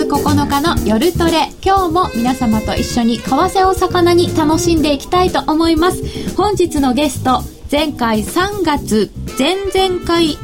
9日の夜トレ、今日も皆様と一緒に為替を魚に楽しんでいきたいと思います。本日のゲスト、前回3月、前回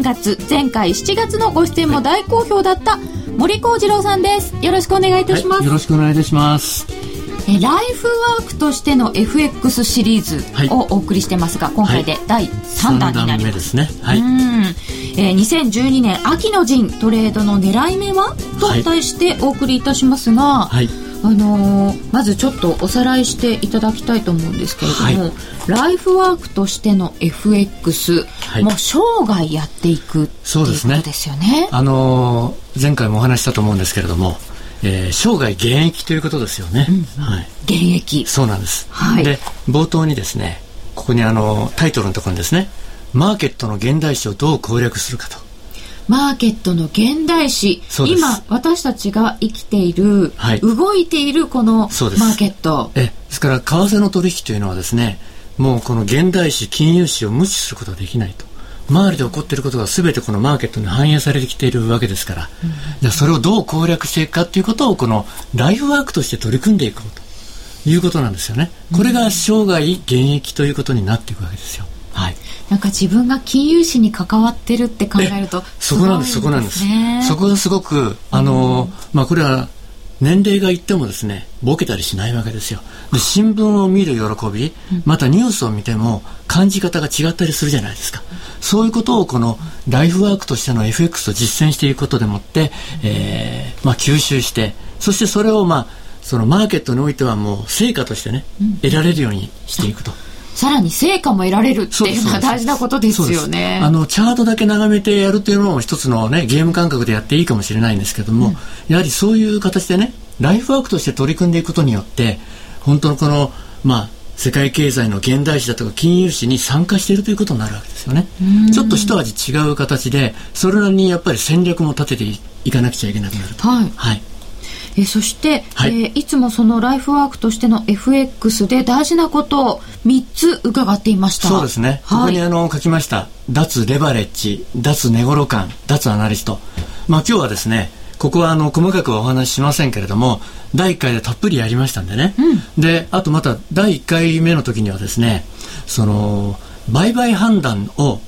7月のご出演も大好評だった森幸次郎さんです。よろしくお願いいたします。 よろしくお願いいたします。 ライフワークとしての FX シリーズをお送りしてますが、今回で第3弾になります。3弾目ですね。2012年秋の陣トレードの狙い目はと題してお送りいたしますが、まずちょっとおさらいしていただきたいと思うんですけれども、ライフワークとしての FX、もう生涯やっていくっていうことですよね。 前回もお話したと思うんですけれども、生涯現役ということですよね。 現役。 そうなんです。で、冒頭にですね、ここにタイトルのところにですね、マーケットの現代史をどう攻略するかと。 マーケットの現代史、今私たちが生きている、動いているこのマーケットですから、為替の取引というのはですね、もうこの現代史、金融史を無視することはできないと。周りで起こっていることが全てこのマーケットに反映されてきているわけですから、じゃあそれをどう攻略していくかということをこのライフワークとして取り組んでいこうということなんですよね。これが生涯現役ということになっていくわけですよ。 なんか自分が金融史に関わってるって考えるとそこなんです。そこがすごくこれは年齢がいってもですね、ボケたりしないわけですよ。で、新聞を見る喜び、またニュースを見ても感じ方が違ったりするじゃないですか。そういうことをこのライフワークとしての FX を実践していくことでもって、吸収して、そしてそれをそのマーケットにおいてはもう成果としてね、得られるようにしていくと。 さらに成果も得られるっていうのは大事なことですよね。 チャートだけ眺めてやるというのも一つのね、ゲーム感覚でやっていいかもしれないんですけども、やはりそういう形でね、ライフワークとして取り組んでいくことによって、本当のこの世界経済の現代史だとか金融史に参加しているということになるわけですよね。ちょっと一味違う形で、それなりにやっぱり戦略も立てていかなくちゃいけなくなると。 そして、いつもそのライフワークとしての FX で大事なことを3つ伺っていました。 そうですね。ここに書きました。脱レバレッジ、脱値頃感、脱アナリスト。今日はですね、ここは細かくはお話ししませんけれども、第1回でたっぷりやりましたんでね。で、あとまた第1回目の時にはですね、その売買判断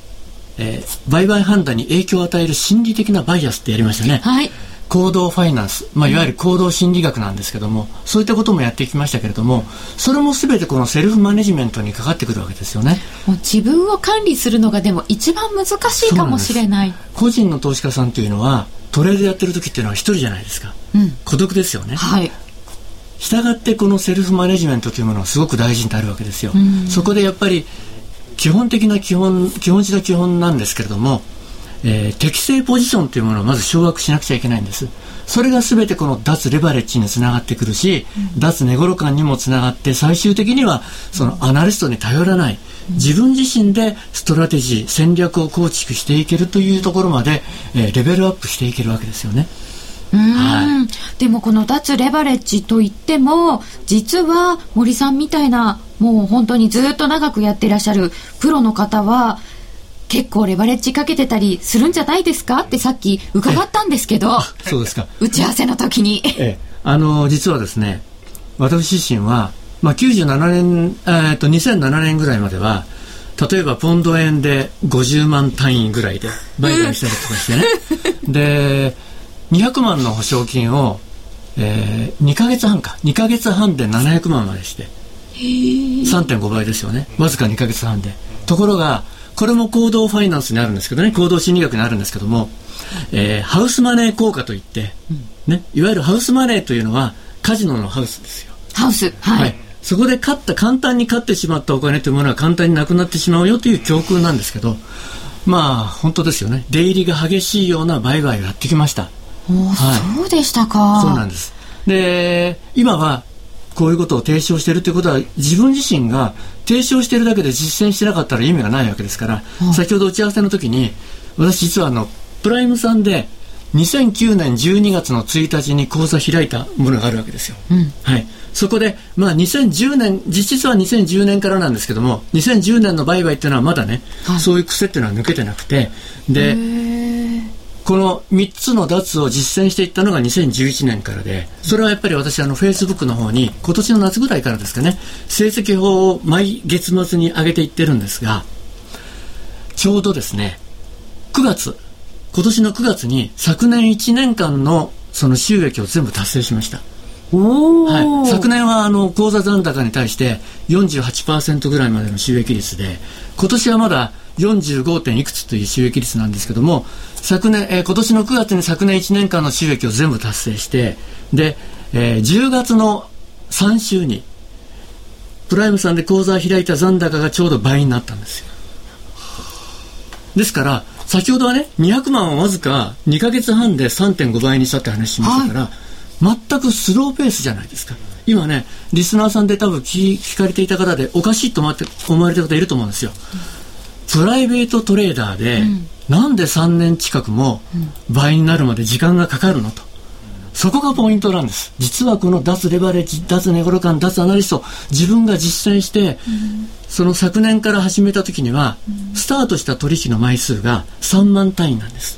に影響を与える心理的なバイアスってやりましたね。行動ファイナンス、いわゆる行動心理学なんですけども、そういったこともやってきましたけれども、それも全てこのセルフマネジメントにかかってくるわけですよね。 もう自分を管理するのがでも一番難しいかもしれない。 個人の投資家さんというのはトレードやってる時っていうのは一人じゃないですか。孤独ですよね。したがってこのセルフマネジメントというものはすごく大事になるわけですよ。そこでやっぱり基本中の基本なんですけれども、適正ポジションというものをまず掌握しなくちゃいけないんです。それが全てこの脱レバレッジにつながってくるし、脱値頃感にもつながって、最終的にはそのアナリストに頼らない、自分自身でストラテジー、戦略を構築していけるというところまで、レベルアップしていけるわけですよね。 でもこの脱レバレッジといっても、実は森さんみたいなもう本当にずっと長くやっていらっしゃるプロの方は結構レバレッジかけてたりするんじゃないですかってさっき伺ったんですけど。 そうですか。 打ち合わせの時に実はですね、私自身は、2007年ぐらいまでは、例えばポンド円で50万単位ぐらいで売買したりとかしてねで200万の保証金を、2ヶ月半で700万までして 3.5 倍ですよね。わずか2ヶ月半で。ところがこれも行動ファイナンスにあるんですけどね、行動心理学にあるんですけども、ハウスマネー効果といって、いわゆるハウスマネーというのはカジノのハウスですよ。 ハウス、 そこで簡単に勝ってしまったお金というものは簡単になくなってしまうよという教訓なんですけど、本当ですよね。出入りが激しいような売買をやってきました。 そうでしたか。 そうなんです。で、今はこういうことを提唱しているということは、自分自身が提唱しているだけで実践してなかったら意味がないわけですから、先ほど打ち合わせの時に、私実はプライムさんで2009年12月の1日に講座開いたものがあるわけですよ。そこで、2010年、実質は2010年からなんですけども、2010年の売買っていうのはまだね、そういう癖っていうのは抜けてなくて、で、 この3つの脱を実践していったのが2011年からで、それはやっぱり私Facebook の方に今年の夏ぐらいからですかね、成績表を毎月末に上げていってるんですが、ちょうどですね今年の9月に昨年1年間のその収益を全部達成しました。はい、昨年は口座残高に対して 48% ぐらいまでの収益率で、今年はまだ 45. 点いくつという収益率なんですけども、今年の9月に昨年1年間の収益を全部達成して、で、10月の3週にプライムさんで口座を開いた残高がちょうど倍になったんですよ。ですから先ほどはね200万をわずか2ヶ月半で 3.5 倍にしたって話しましたから、はい、全くスローペースじゃないですか。今ねリスナーさんで多分聞かれていた方でおかしいと思われた方いると思うんですよ。プライベートトレーダーで、なんで3年近くも倍になるまで時間がかかるのと、そこがポイントなんです。実はこの脱レバレッジ、脱値頃感、脱アナリスト、自分が実践して、その昨年から始めた時には、スタートした取引の枚数が3万単位なんです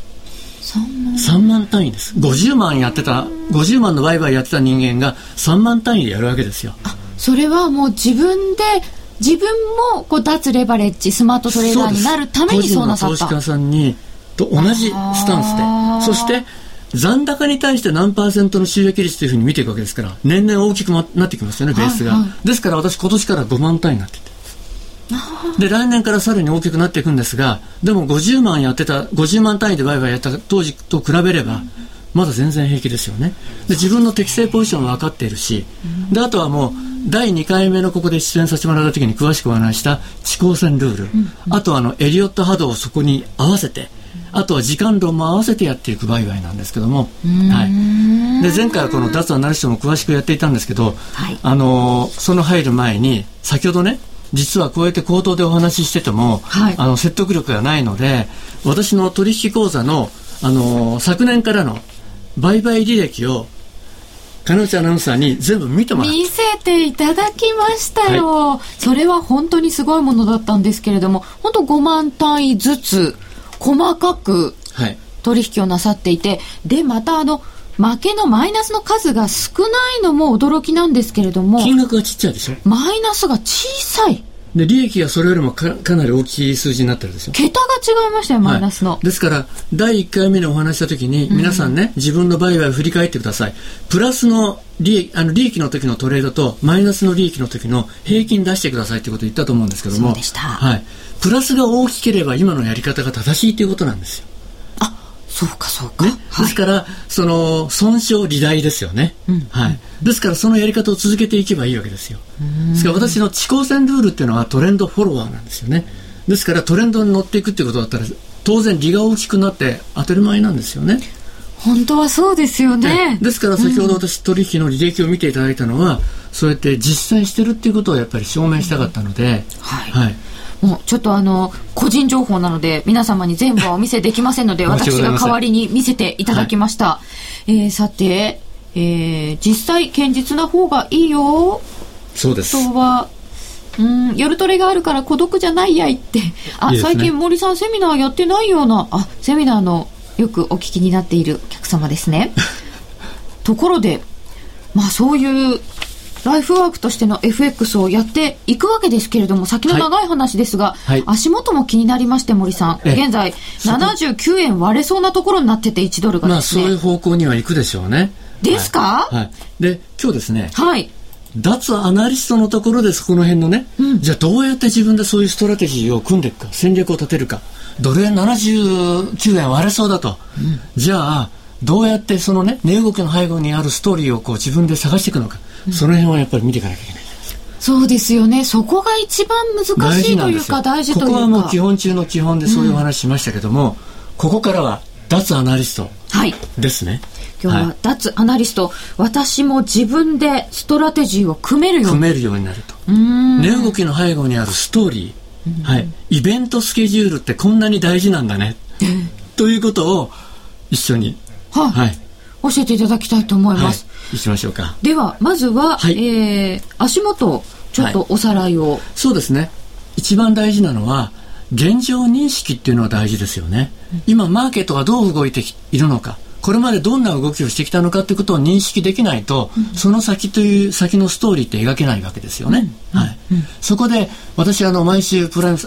。3万単位です。50万の売買やってた人間が3万単位でやるわけですよ。 それはもう自分もこう脱レバレッジスマートトレーダーになるためにそうなさった。 個人の投資家さんにと同じスタンスで、そして残高に対して何%の収益率というふうに見ていくわけですから、年々大きくなってきますよね、ベースが。ですから私今年から5万単位になってて、で来年からさらに大きくなっていくんですが、でも50万単位で売買やった当時と比べればまだ全然平気ですよね。で自分の適正ポジションは分かっているし、であとはもう第2回目のここで出演させてもらった時に詳しくお話した遅効線ルール、あとはエリオット波動をそこに合わせて、あとは時間論も合わせてやっていく売買なんですけども、はい、で前回はこの脱アナリストも詳しくやっていたんですけど、はい、その入る前に先ほどね、実はこうやって口頭でお話ししてても、はい、説得力がないので、私の取引口座の、昨年からの売買履歴を金内アナウンサーに全部見てもらって、 見せていただきましたよ、はい、それは本当にすごいものだったんですけれども、本当5万単位ずつ細かく取引をなさっていて、はい、でまた負けのマイナスの数が少ないのも驚きなんですけれども、 金額がちっちゃいでしょ。 マイナスが小さいで、利益がそれよりも かなり大きい数字になってるんですよ。 桁が違いましたよ、マイナスの、 はい、ですから第1回目にお話した時に、皆さんね、自分の売買を振り返ってください。プラスの利益の時のトレードとマイナスの利益の時の平均出してくださいということを言ったと思うんですけども、 そうでした、 はい、プラスが大きければ今のやり方が正しいということなんですよ。 そうかそうか、 ね、はい、ですからその損傷利大ですよね、はい、ですからそのやり方を続けていけばいいわけですよ。ですから私の遅効線ルールっていうのはトレンドフォロワーなんですよね。ですからトレンドに乗っていくっていうことだったら当然利が大きくなって当たり前なんですよね。 本当はそうですよね。 ですから先ほど私取引の履歴を見ていただいたのは、そうやって実践してるっていうことをやっぱり証明したかったので、はいはい、もうちょっと個人情報なので皆様に全部はお見せできませんので私が代わりに見せていただきました、はい、さて、実際堅実な方がいいよ。 そうです。 あとは夜トレがあるから孤独じゃないやいっていいですね。最近森さんセミナーやってないようなセミナーのよくお聞きになっているお客様ですねところでそういうライフワークとしての FX をやっていくわけですけれども、先の長い話ですが、はい、足元も気になりまして、森さん現在79円割れそうなところになってて1ドルがですね、 そういう方向には行くでしょうね。 ですか、 はいはい、で今日ですね、 はい、 脱アナリストのところでそこの辺のね、じゃあどうやって自分でそういうストラテジーを組んでいくか、戦略を立てるか、ドル円79円割れそうだと、じゃあどうやってそのね値動きの背後にあるストーリーをこう自分で探していくのか、その辺はやっぱり見ていかなきゃいけない。 そうですよね。そこが一番難しいというか大事というか、 ここはもう基本中の基本でそういうお話しましたけども、ここからは脱アナリストですね、 はい、今日は脱アナリスト、私も自分でストラテジーを組めるようになると。 値動きの背後にあるストーリー、はい、イベントスケジュールってこんなに大事なんだねということを一緒に、はい、 教えていただきたいと思います、 はい、行きましょうか。 ではまずは、はい、足元ちょっとおさらいを、 そうですね。一番大事なのは現状認識っていうのは大事ですよね。 今マーケットがどう動いているのか、これまでどんな動きをしてきたのかということを認識できないと、その先という先のストーリーって描けないわけですよね。そこで私毎週プライム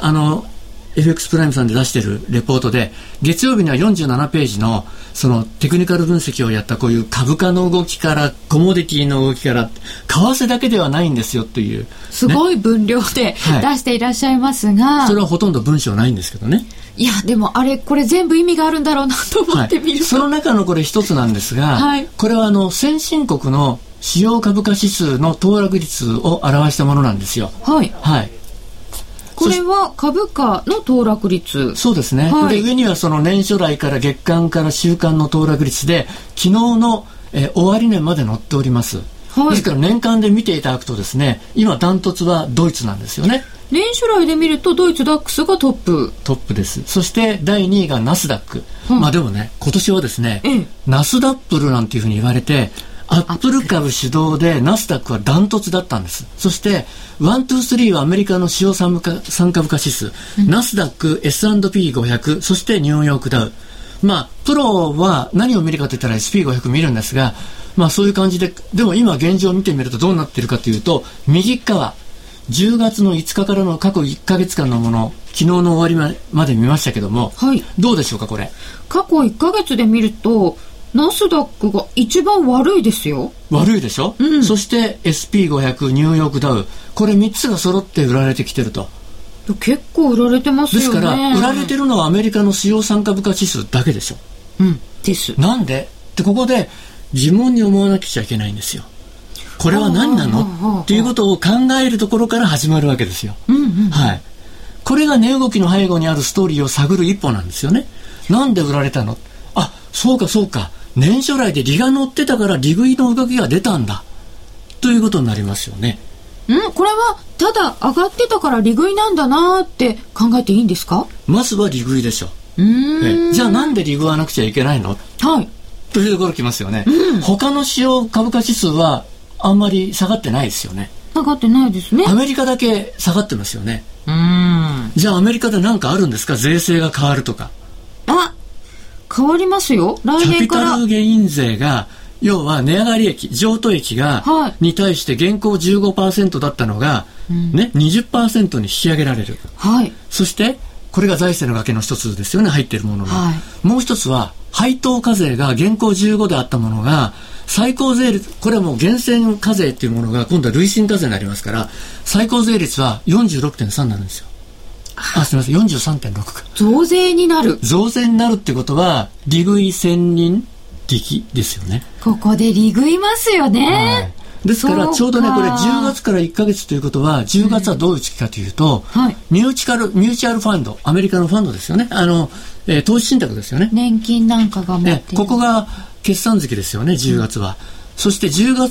FX プライムさんで出しているレポートで、月曜日には47ページのそのテクニカル分析をやったこういう株価の動きからコモディティの動きから為替だけではないんですよという、 すごい分量で出していらっしゃいますが、 それはほとんど文章ないんですけどね。 いやでもこれ全部意味があるんだろうなと思ってみると、 その中のこれ一つなんですが、これは先進国の主要株価指数の騰落率を表したものなんですよ。これは株価の騰落率。 そうですね。で上にはその年初来から月間から週間の騰落率で昨日の、終値まで載っております。ですから年間で見ていただくとですね、今ダントツはドイツなんですよね。 年初来で見るとドイツダックスがトップです。そして第2位がナスダック。でもね、今年はですね、ナスダップルなんていうふうに言われて、アップル株主導でナスダックはダントツだったんです。そして1、2、3はアメリカの主要産株価指数、ナスダック、S&P500、そしてニューヨークダウ。プロは何を見るかといったら SP500 見るんですが、そういう感じで、でも今現状を見てみるとどうなっているかというと、右側10月の5日からの過去1ヶ月間のもの、昨日の終わりまで見ましたけども、どうでしょうか。これ過去1ヶ月で見るとナスダックが一番悪いですよ。 悪いでしょ、そして SP500、ニューヨークダウ、これ3つが揃って売られてきてると。 結構売られてますよね。 ですから売られてるのはアメリカの主要産株価指数だけでしょ。 です。 なんでってここで疑問に思わなきゃいけないんですよ。これは何なのっていうことを考えるところから始まるわけですよ。これが値動きの背後にあるストーリーを探る一歩なんですよね。なんで売られたの、そうか年初来で利が乗ってたから利食いの動きが出たんだということになりますよね。 これはただ上がってたから利食いなんだなって考えていいんですか。 まずは利食いでしょ。じゃあなんで利食わなくちゃいけないの、というところきますよね。他の主要株価指数はあんまり下がってないですよね。 下がってないですね。 アメリカだけ下がってますよね。じゃあアメリカで何かあるんですか。税制が変わるとか。 変わりますよ。来年からキャピタルゲイン税が、要は値上がり益、譲渡益が、に対して現行 15% だったのが、20% に引き上げられる。そしてこれが財政の崖の一つですよね。入っているものの、もう一つは配当課税が現行15であったものが最高税率、これはもう源泉課税っていうものが今度は累進課税になりますから、最高税率は 46.3 になるんですよ。すみません、 43.6 か。 増税になるってことは利食い専任力ですよね。 ここで利食いますよね。 ですからちょうどね、これ10月から1ヶ月ということは、10月はどういう月かというと、ミューチュアルファンド、アメリカのファンドですよね。投資信託ですよね。 年金なんかが持っている、 ここが決算月ですよね、10月は。そして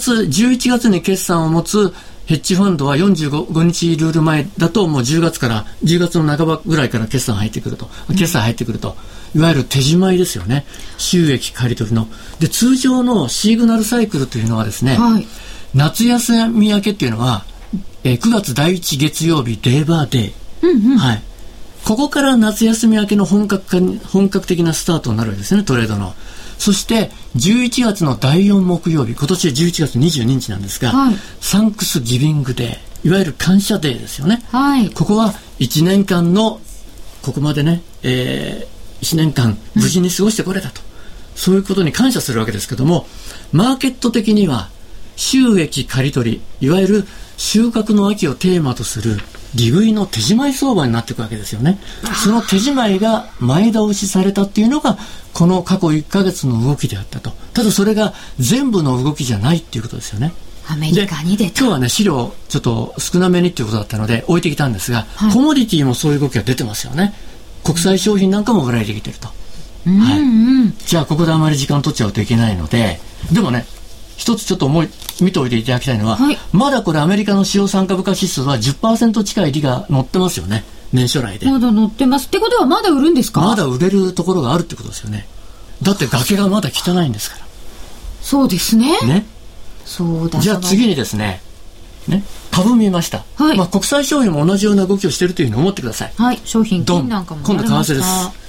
11月に決算を持つヘッジファンドは45日ルール前だと、もう10月の半ばぐらいから決算入ってくると、いわゆる手締まいですよね。収益刈り取りの。で、通常のシグナルサイクルというのはですね、夏休み明けっていうのは、9月第1月曜日レーバーデー、ここから夏休み明けの本格的なスタートになるわけですね、トレードの。そして11月の第4木曜日、今年は11月22日なんですが、サンクスギビングデー、いわゆる感謝デーですよね。ここは1年間のここまでね、1年間無事に過ごしてこれたと、そういうことに感謝するわけですけども、マーケット的には収益刈り取り、いわゆる収穫の秋をテーマとする利食いの手締まい相場になっていくわけですよね。その手締まいが前倒しされたっていうのがこの過去1ヶ月の動きであったと。ただそれが全部の動きじゃないっていうことですよね。 アメリカに出た。 今日はね、資料ちょっと少なめにっていうことだったので置いてきたんですが、コモディティもそういう動きが出てますよね。国際商品なんかも売られてきてると。じゃあここであまり時間取っちゃうといけないので、でもね、一つちょっと見ておいていただきたいのは、まだこれアメリカの主要産株価指数は 10% 近い利が乗ってますよね、年初来で。 まだ乗ってますってことはまだ売るんですか。 まだ売れるところがあるってことですよね。だって崖がまだ汚いんですから。 そうですね。そうだ。 じゃあ次にですね、株見ました、国際商品も同じような動きをしているというふうに思ってください。 商品金なんかもありました。 今度為替です。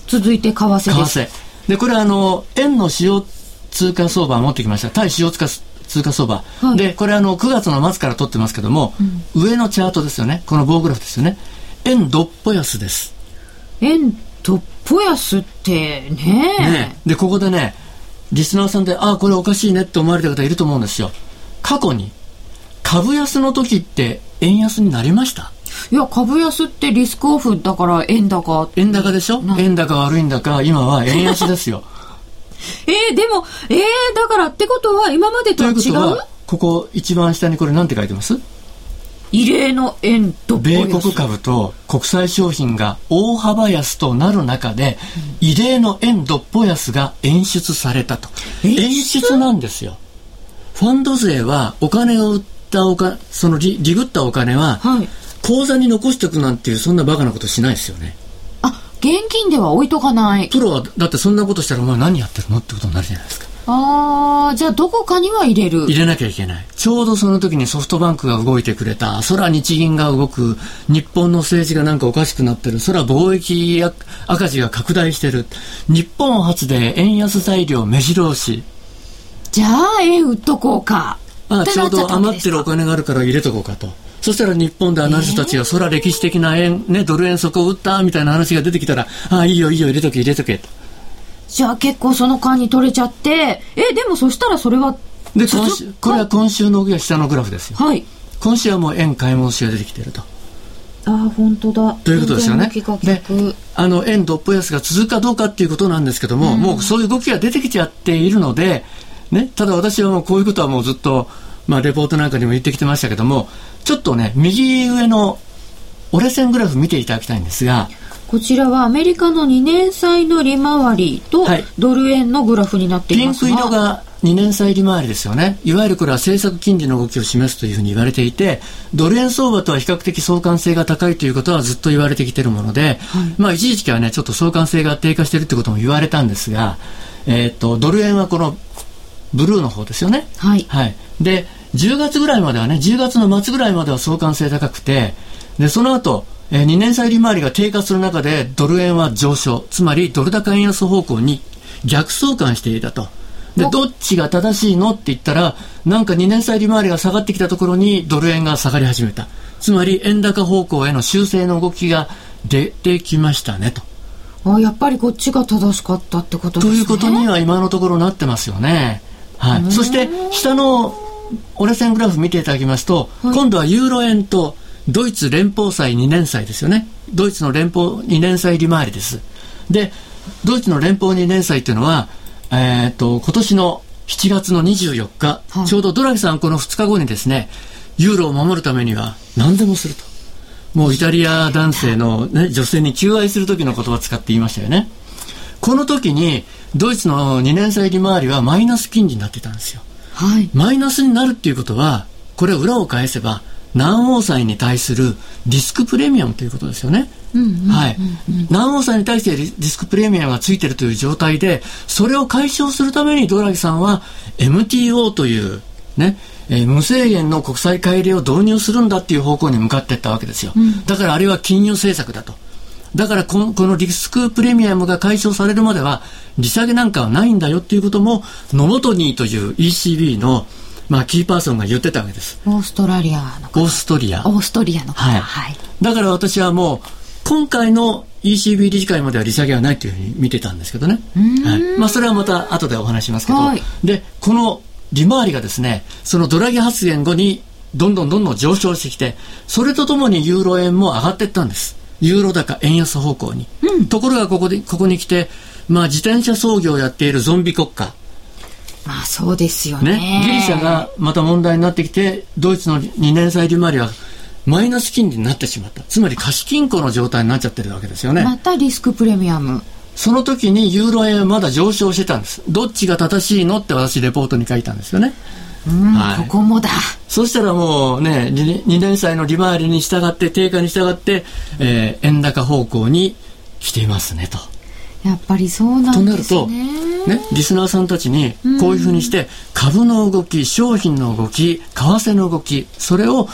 続いて為替です。 為替で、これ円の主要通貨相場を持ってきました。対主要通貨相場、はい、でこれ9月の末から取ってますけども、上のチャートですよね。この棒グラフですよね。円どっぽ安です。 円どっぽ安ってね。 でここでね、リスナーさんでこれおかしいねって思われた方いると思うんですよ。過去に株安の時って円安になりました？ いや、株安ってリスクオフだから円高でしょ。円高悪いんだか今は円安ですよ。 でもだからってことは今までとは違う？ということはここ一番下にこれなんて書いてます？ 異例の円どっぽ安。 米国株と国際商品が大幅安となる中で、異例の円どっぽ安が演出されたと。演出なんですよ。ファンド税はお金を売ったそのリグったお金は、口座に残しておくなんていうそんなバカなことしないですよね。 現金では置いとかない。 プロはだってそんなことしたらお前何やってるのってことになるじゃないですか。 じゃあどこかには入れなきゃいけない。ちょうどその時にソフトバンクが動いてくれた、空日銀が動く、日本の政治がなんかおかしくなってる、空貿易赤字が拡大してる、日本初で円安材料目白押し。 じゃあ円売っとこうか。 ちょうど余ってるお金があるから入れとこうかと。そしたら日本であの人たちが空歴史的なドル円底を売ったみたいな話が出てきたら、いいよ入れとけと。 じゃあ結構その間に取れちゃって、でもそしたらそれはでこれは今週の動きは下のグラフですよ。今週はもう円買い戻しが出てきていると。 本当だ。 ということですよね。で円どっぽ安が続くかどうかっていうことなんですけども、もうそういう動きが出てきちゃっているので、ただ私はもうこういうことはもうずっとレポートなんかにも言ってきてましたけども、ちょっとね、右上の折れ線グラフ見ていただきたいんですが、 こちらはアメリカの2年債の利回りとドル円のグラフになっていますが、 ピンク色が2年債利回りですよね。いわゆるこれは政策金利の動きを示すというふうに言われていて、ドル円相場とは比較的相関性が高いということはずっと言われてきているもので、一時期はねちょっと相関性が低下しているということも言われたんですが、ドル円はこのブルーの方ですよね。で10月ぐらいまではね、10月の末ぐらいまでは相関性高くて、でその後2年債利回りが低下する中でドル円は上昇、つまりドル高円安方向に逆相関していたと。でどっちが正しいのって言ったら、なんか2年債利回りが下がってきたところにドル円が下がり始めた。つまり円高方向への修正の動きが出てきましたねと。 やっぱりこっちが正しかったってことですね。 ということには今のところなってますよね。そして下の折れ線グラフ見ていただきますと、今度はユーロ円とドイツ連邦債2年債ですよね。ドイツの連邦2年債利回りです。でドイツの連邦2年債というのは、今年の7月の24日、ちょうどドラギさんこの2日後にですね、ユーロを守るためには何でもすると、もうイタリア男性の、女性に求愛する時の言葉を使って言いましたよね。この時にドイツの2年債利回りはマイナス金利になってたんですよ。マイナスになるっていうことは、これ裏を返せば南欧債に対するリスクプレミアムということですよね。南欧債に対してリスクプレミアムがついているという状態で、それを解消するためにドラギさんは MTO という無制限の国債買い入れを導入するんだっていう方向に向かっていったわけですよ。だからあれは金融政策だと。だからこのリスクプレミアムが解消されるまでは利下げなんかはないんだよっていうことも、ノモトニーという ECB のキーパーソンが言ってたわけです。 オーストリアの方。 だから私はもう今回の ECB 理事会までは利下げはないというふうに見てたんですけどね。それはまた後でお話しますけど、でこの利回りがですね、そのドラギ発言後にどんどん上昇してきて、それとともにユーロ円も上がっていったんです。ユーロ高円安方向に。ところがここに来て、自転車操業をやっているゾンビ国家、 そうですよね。 ギリシャがまた問題になってきて、ドイツの2年債利回りはマイナス金利になってしまった。つまり貸金庫の状態になっちゃってるわけですよね。 またリスクプレミアム。 その時にユーロ円はまだ上昇してたんです。どっちが正しいのって私レポートに書いたんですよね。 ここもだ。 そしたらもうね、2年債の利回りに従って、低下に従って、円高方向に来ていますねと。 やっぱりそうなんですね。 となると、リスナーさんたちにこういうふうにして、株の動き、商品の動き、為替の動き、それを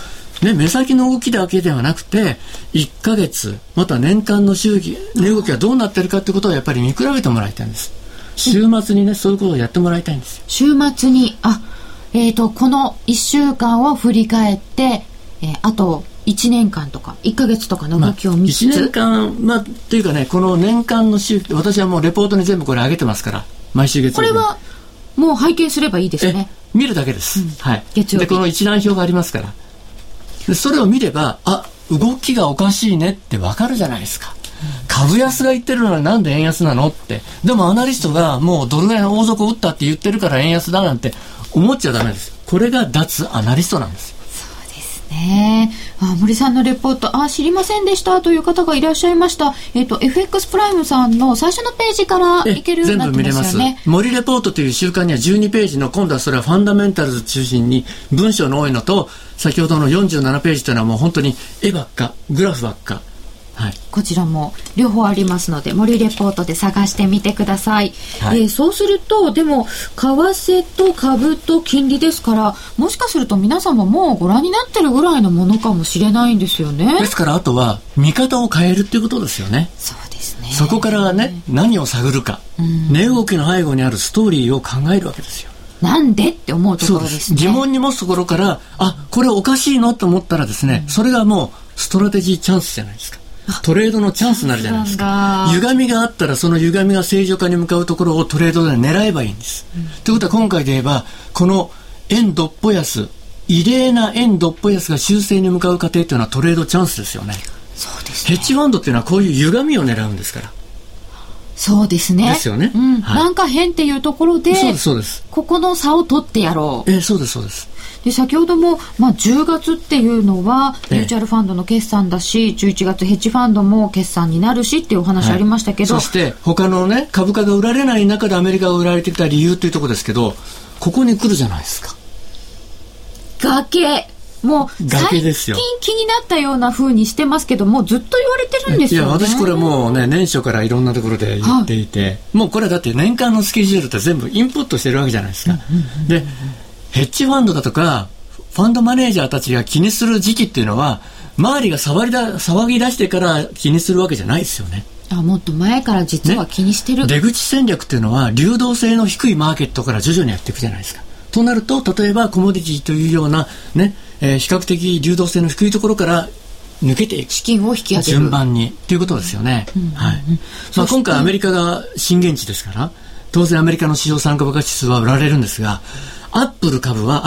ね、目先の動きだけではなくて1ヶ月または年間の値動きがどうなってるかということをやっぱり見比べてもらいたいんです。週末にね、そういうことをやってもらいたいんですよ。 週末にこの1週間を振り返って、あと1年間とか1ヶ月とかの動きを見つつ、 1年間、というかね、この年間の私はもうレポートに全部これ上げてますから、毎週月曜日。 これはもう拝見すればいいですね。 見るだけです、はい、 月曜日でこの一覧表がありますから、でそれを見れば、動きがおかしいねってわかるじゃないですか。株安が言ってるのになんで円安なのって。でもアナリストがもうドル円大底打ったって言ってるから円安だなんて思っちゃダメです。これが脱アナリストなんです。 そうですね。森さんのレポート知りませんでしたという方がいらっしゃいました。FX プライムさんの最初のページからいけるようになってますよね。全部見れます。森レポートという週間には12ページの、今度はそれはファンダメンタルズ中心に文章の多いのと、先ほどの47ページというのはもう本当に絵ばっか、グラフばっか、はい、こちらも両方ありますので森レポートで探してみてください、はい。そうするとでも為替と株と金利ですから、もしかすると皆さんももうご覧になってるぐらいのものかもしれないんですよね。 ですからあとは見方を変えるっていうことですよね。 そうですね。 そこからね、何を探るか、値動きの背後にあるストーリーを考えるわけですよ。 なんでって思うところですね。 疑問に持つところから、これおかしいのと思ったらですね、それがもうストラテジーチャンスじゃないですか。トレードのチャンスになるじゃないですか。歪みがあったらその歪みが正常化に向かうところをトレードで狙えばいいんです、ということは今回で言えばこの円どっぽ安、異例な円どっぽ安が修正に向かう過程というのはトレードチャンスですよね。 そうですね。 ヘッジファンドっていうのはこういう歪みを狙うんですから。 そうですね。 ですよね、 はい、なんか変っていうところで、 そうです。 ここの差を取ってやろう。 そうですで先ほども、10月っていうのはミューチャルファンドの決算だし、11月ヘッジファンドも決算になるしっていうお話ありましたけど、 そして他のね、株価が売られない中でアメリカが売られてきた理由というところですけど、ここに来るじゃないですか。 崖。もう最近気になったような風にしてますけど、もうずっと言われてるんですよね。 いや、私これもうね、年初からいろんなところで言っていて、もうこれだって年間のスケジュールって全部インプットしてるわけじゃないですか、でヘッジファンドだとかファンドマネージャーたちが気にする時期っていうのは、周りが騒ぎ出してから気にするわけじゃないですよね。 もっと前から実は気にしてる、 出口戦略っていうのは流動性の低いマーケットから徐々にやっていくじゃないですか。となると、例えばコモディティというようなね、比較的流動性の低いところから抜けていく、 資金を引き上げる順番にということですよね、はい。今回アメリカが震源地ですから、当然アメリカの市場参加株価指数は売られるんですが、アップル株は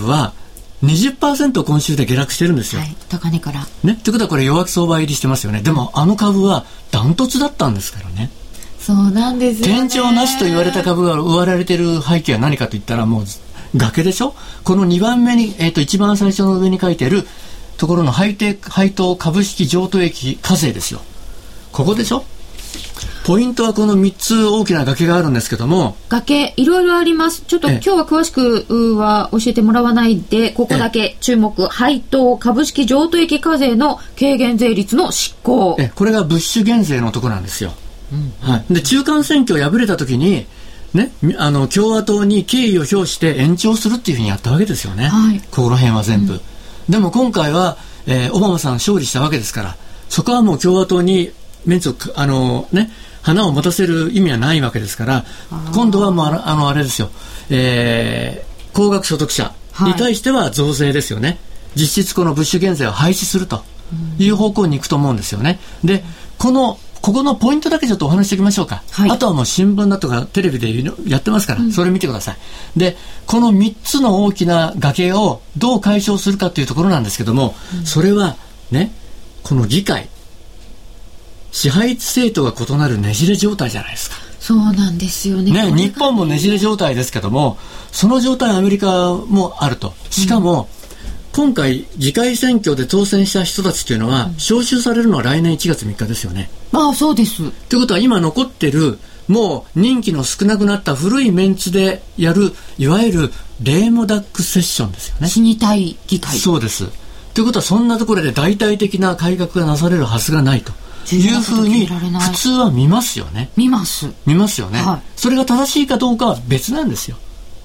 20% 今週で下落してるんですよ、はい、 高値からね。ということはこれ弱気相場入りしてますよね。でもあの株はダントツだったんですからね。 そうなんですよね。 天井なしと言われた株が売られている背景は何かといったら、もう崖でしょ。この2番目に、一番最初の上に書いてるところの配当株式譲渡益課税ですよ。ここでしょ。ポイントはこの3つ大きな崖があるんですけども、 崖いろいろあります。ちょっと今日は詳しくは教えてもらわないで、ここだけ注目。配当株式譲渡益課税の軽減税率の執行、 これがブッシュ減税のところなんですよ、はい。で中間選挙敗れた時にね、共和党に敬意を表して延長するっていうふうにやったわけですよね、はい、この辺は全部、でも今回は、オバマさん勝利したわけですから、そこはもう共和党にメンツを花を持たせる意味はないわけですから、今度はもうあれですよ、高額所得者に対しては増税ですよね、実質このブッシュ減税を廃止するという方向に行くと思うんですよね。でここのポイントだけちょっとお話しておきましょうか、はい、あとはもう新聞だとかテレビでやってますから、それ見てください。でこの3つの大きな崖をどう解消するかというところなんですけども、それはね、この議会支配政党が異なるねじれ状態じゃないですか。 そうなんですよ ね。 日本もねじれ状態ですけども、その状態アメリカもあると。しかも、今回議会選挙で当選した人たちというのは、招集されるのは来年1月3日ですよね。 そうです。 ということは今残ってるもう任期の少なくなった古いメンツでやるいわゆるレームダックセッションですよね。 死にたい議会。 そうです。ということはそんなところで大々的な改革がなされるはずがないというふうに普通は見ますよね。 見ますよね、はい。それが正しいかどうかは別なんですよ。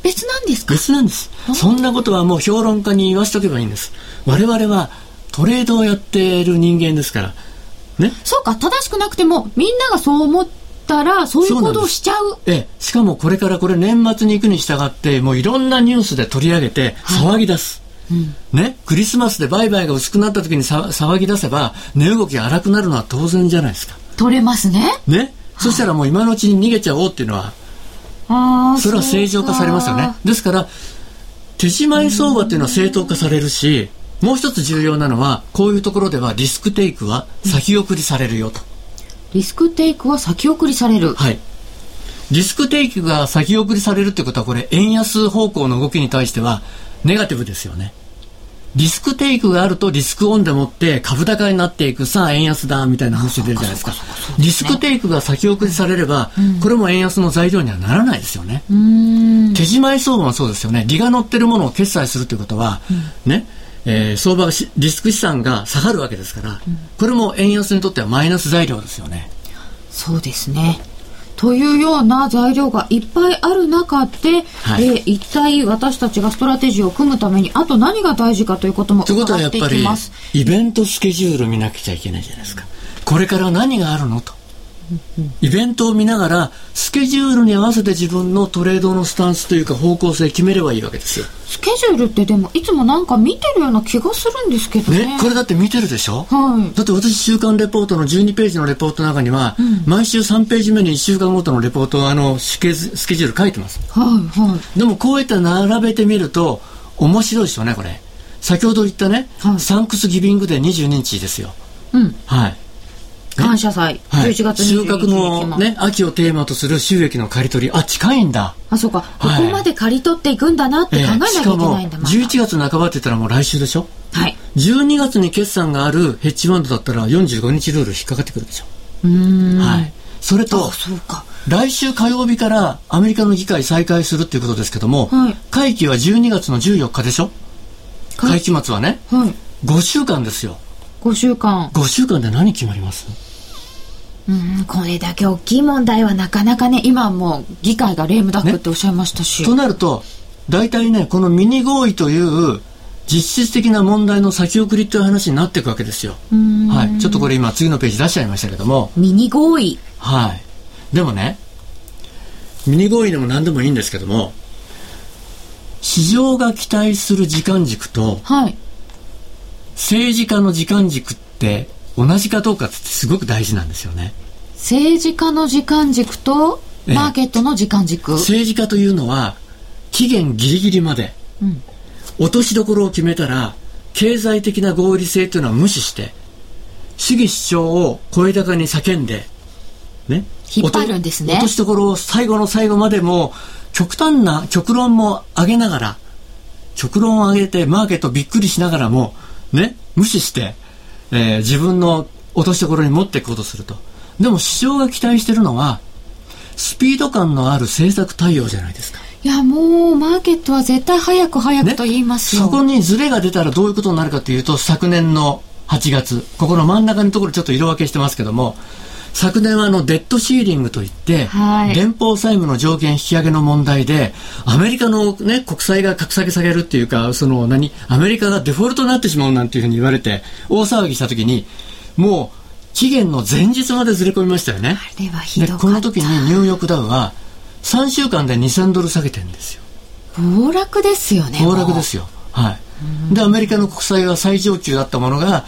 別なんですか？ 別なんです。そんなことはもう評論家に言わせておけばいいんです。我々はトレードをやっている人間ですからね。 そうか、正しくなくてもみんながそう思ったらそういう行動をしちゃう。 しかもこれから年末に行くに従ってもういろんなニュースで取り上げて騒ぎ出す、ね、クリスマスで売買が薄くなった時に騒ぎ出せば値動きが荒くなるのは当然じゃないですか。 取れますね。 そしたらもう今のうちに逃げちゃおうっていうのはそれは正常化されますよね。ですから手仕舞い相場っていうのは正当化されるし、もう一つ重要なのはこういうところではリスクテイクは先送りされるよと。 リスクテイクは先送りされる。 はい。リスクテイクが先送りされるってことはこれ円安方向の動きに対してはネガティブですよね。リスクテイクがあるとリスクオンでもって株高になっていく、さあ円安だみたいな話出るじゃないですか。リスクテイクが先送りされれば、これも円安の材料にはならないですよね。手仕舞い相場もそうですよね。利が乗ってるものを決済するということは、相場がリスク資産が下がるわけですから、これも円安にとってはマイナス材料ですよね。 そうですね。というような材料がいっぱいある中で、一体私たちがストラテジーを組むためにあと何が大事かということも伺っていきます。ということはやっぱりイベントスケジュール見なくちゃいけないじゃないですか。これから何があるのと、イベントを見ながらスケジュールに合わせて自分のトレードのスタンスというか方向性決めればいいわけですよ。 スケジュールってでもいつもなんか見てるような気がするんですけど ね。 これだって見てるでしょ、だって私週刊レポートの12ページのレポートの中には、毎週3ページ目に1週間ごとのレポートスケジュール書いてます、でもこういった並べてみると面白いですよね。これ先ほど言ったね、サンクスギビングデー22日ですよ、 感謝祭、11月21日、 収穫のね、秋をテーマとする収益の刈り取り、近いんだ。 そうか、ここまで刈り取っていくんだなって考えなきゃいけないんだ。 11月半ばって言ったらもう来週でしょ。12月に決算があるヘッジファンドだったら45日ルール引っかかってくるでしょ。それと来週火曜日からアメリカの議会再開するっていうことですけども、会期は12月の14日でしょ。会期末はね、5週間ですよ。5週間で何決まります？ これだけ大きい問題はなかなかね、今もう議会がレームダックっておっしゃいましたし、 となると大体ね、このミニ合意という実質的な問題の先送りという話になっていくわけですよ。ちょっとこれ今次のページ出しちゃいましたけども、 ミニ合意、 でもね、ミニ合意でも何でもいいんですけども、市場が期待する時間軸と、政治家の時間軸って同じかどうかってすごく大事なんですよね。 政治家の時間軸とマーケットの時間軸、 政治家というのは期限ギリギリまで、落としどころを決めたら経済的な合理性というのは無視して主義主張を声高に叫んで、 引っ張るんですね。 落としどころを最後の最後までも極端な極論も上げながら、極論を上げてマーケットびっくりしながらも無視して自分の落としどころに持っていこうとすると。でも市場が期待しているのはスピード感のある政策対応じゃないですか。 いや、もうマーケットは絶対早く早くと言いますよ、 そこにズレが出たらどういうことになるかというと、昨年の8月、ここの真ん中のところちょっと色分けしてますけども、昨年はデッドシーリングといって、連邦債務の上限引き上げの問題でアメリカの、国債が格下げ下げるっていうか、アメリカがデフォルトになってしまうなんていうふうに言われて大騒ぎした時に、もう期限の前日までずれ込みましたよね。 あれはひどかった。 でこの時にニューヨークダウは3週間で2000ドル下げてるんですよ。 暴落ですよね。 暴落ですよ。でアメリカの国債は最上級だったものが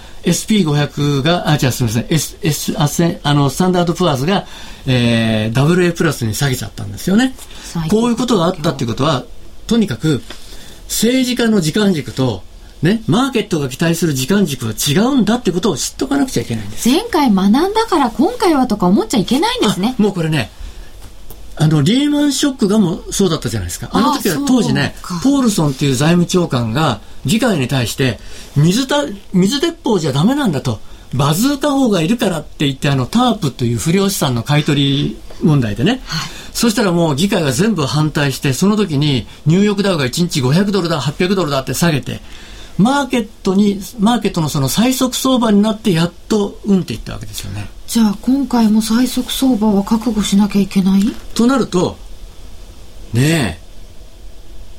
SP500 がすみません、スタンダードプアーズが、AA プラスに下げちゃったんですよね。こういうことがあったっていうことは、とにかく政治家の時間軸とマーケットが期待する時間軸は違うんだってことを知っとかなくちゃいけないんです。 前回学んだから今回はとか思っちゃいけないんですね。 もうこれね、リーマンショックがもそうだったじゃないですか。あの時は当時ね、ポールソンっていう財務長官が議会に対して水鉄砲じゃダメなんだと、バズーカ砲がいるからって言って、タープという不良資産の買い取り問題でね、そしたらもう議会が全部反対して、その時にニューヨークダウが1日500ドルだ800ドルだって下げて、マーケットのその最速相場になってやっとっていったわけですよね。 じゃあ今回も最速相場は覚悟しなきゃいけないとなると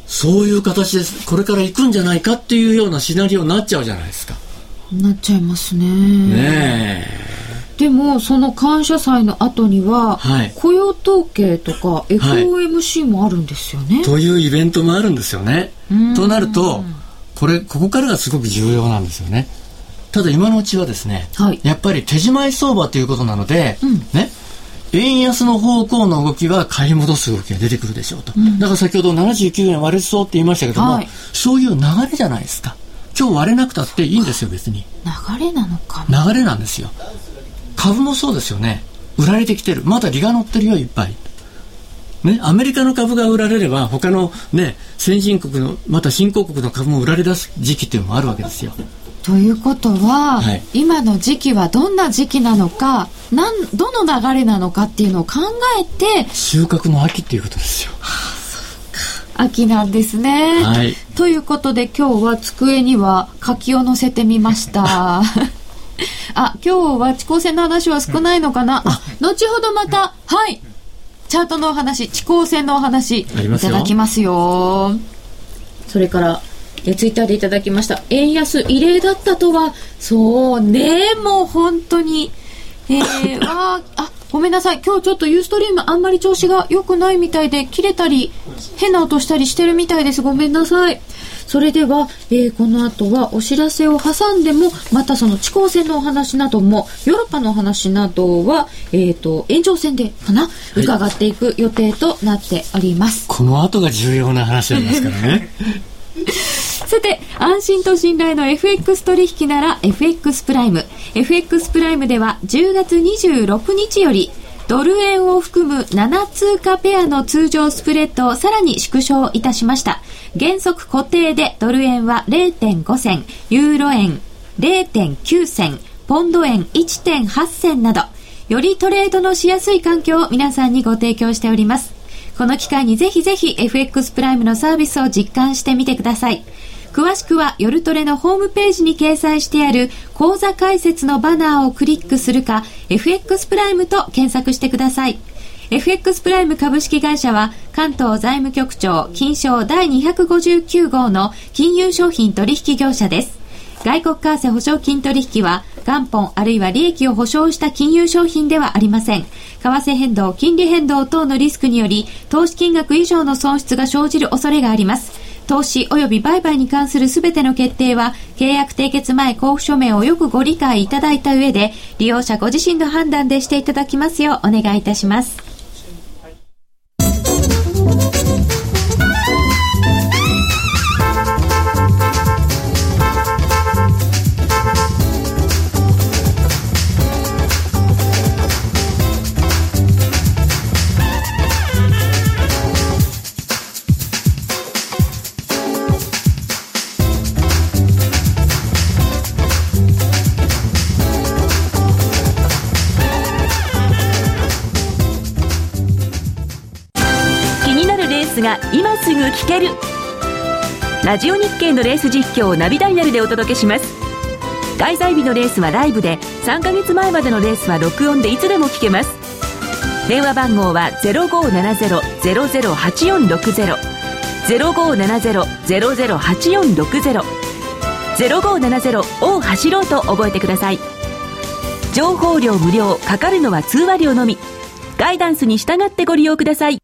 そういう形でこれから行くんじゃないかっていうようなシナリオになっちゃうじゃないですか。 なっちゃいますね。 ねでもその感謝祭の後には、はい、雇用統計とか FOMC もあるんですよね、はい、 というイベントもあるんですよね。となるとここからがすごく重要なんですよね。ただ今のうちはですね、はい、やっぱり手仕舞い相場ということなので、ね、円安の方向の動きは買い戻す動きが出てくるでしょうと、だから先ほど79円割れそうって言いましたけども、はい、そういう流れじゃないですか。今日割れなくたっていいんですよ。別に流れなのかも。流れなんですよ。株もそうですよね。売られてきてる。まだ利が乗ってるよ、いっぱい。ね、アメリカの株が売られれば他のね、先進国のまた新興国の株も売られ出す時期っていうのもあるわけですよ。 ということは、はい、今の時期はどんな時期なのか、どの流れなのかっていうのを考えて。 収穫の秋っていうことですよ。 そうか、秋なんですね、 はい、 ということで今日は机には柿を乗せてみました今日は地高線の話は少ないのかな。後ほどまた、はい、チャートのお話、地高線のお話いただきますよ。それからツイッターでいただきました。円安異例だったとは。そうね、もう本当にごめんなさい。今日ちょっとユーストリームあんまり調子が良くないみたいで切れたり変な音したりしてるみたいです。ごめんなさい。それでは、この後はお知らせを挟んでもまたその地高線のお話などもヨーロッパのお話などは、延長線でかな、伺っていく予定となっております。 この後が重要な話ありますからねさて、安心と信頼の FX 取引なら FX プライム。FX プライムでは10月26日よりドル円を含む7通貨ペアの通常スプレッドをさらに縮小いたしました。原則固定でドル円は 0.5 銭、ユーロ円 0.9 銭、ポンド円 1.8 銭など、よりトレードのしやすい環境を皆さんにご提供しております。この機会にぜひぜひ FX プライムのサービスを実感してみてください。詳しくは夜トレのホームページに掲載してある口座開設のバナーをクリックするか FX プライムと検索してください。FX プライム株式会社は関東財務局長金商第259号の金融商品取引業者です。外国為替保証金取引は元本あるいは利益を保証した金融商品ではありません。為替変動、金利変動等のリスクにより投資金額以上の損失が生じる恐れがあります。投資及び売買に関するすべての決定は契約締結前交付書面をよくご理解いただいた上で利用者ご自身の判断でしていただきますようお願いいたします。 が今すぐ聞けるラジオ日経のレース実況をナビダイヤルでお届けします。開催日のレースはライブで、3ヶ月前までのレースは録音でいつでも聞けます。電話番号は 0570-008460 0570-008460 0570を走ろうと覚えてください。情報料無料、かかるのは通話料のみ。ガイダンスに従ってご利用ください。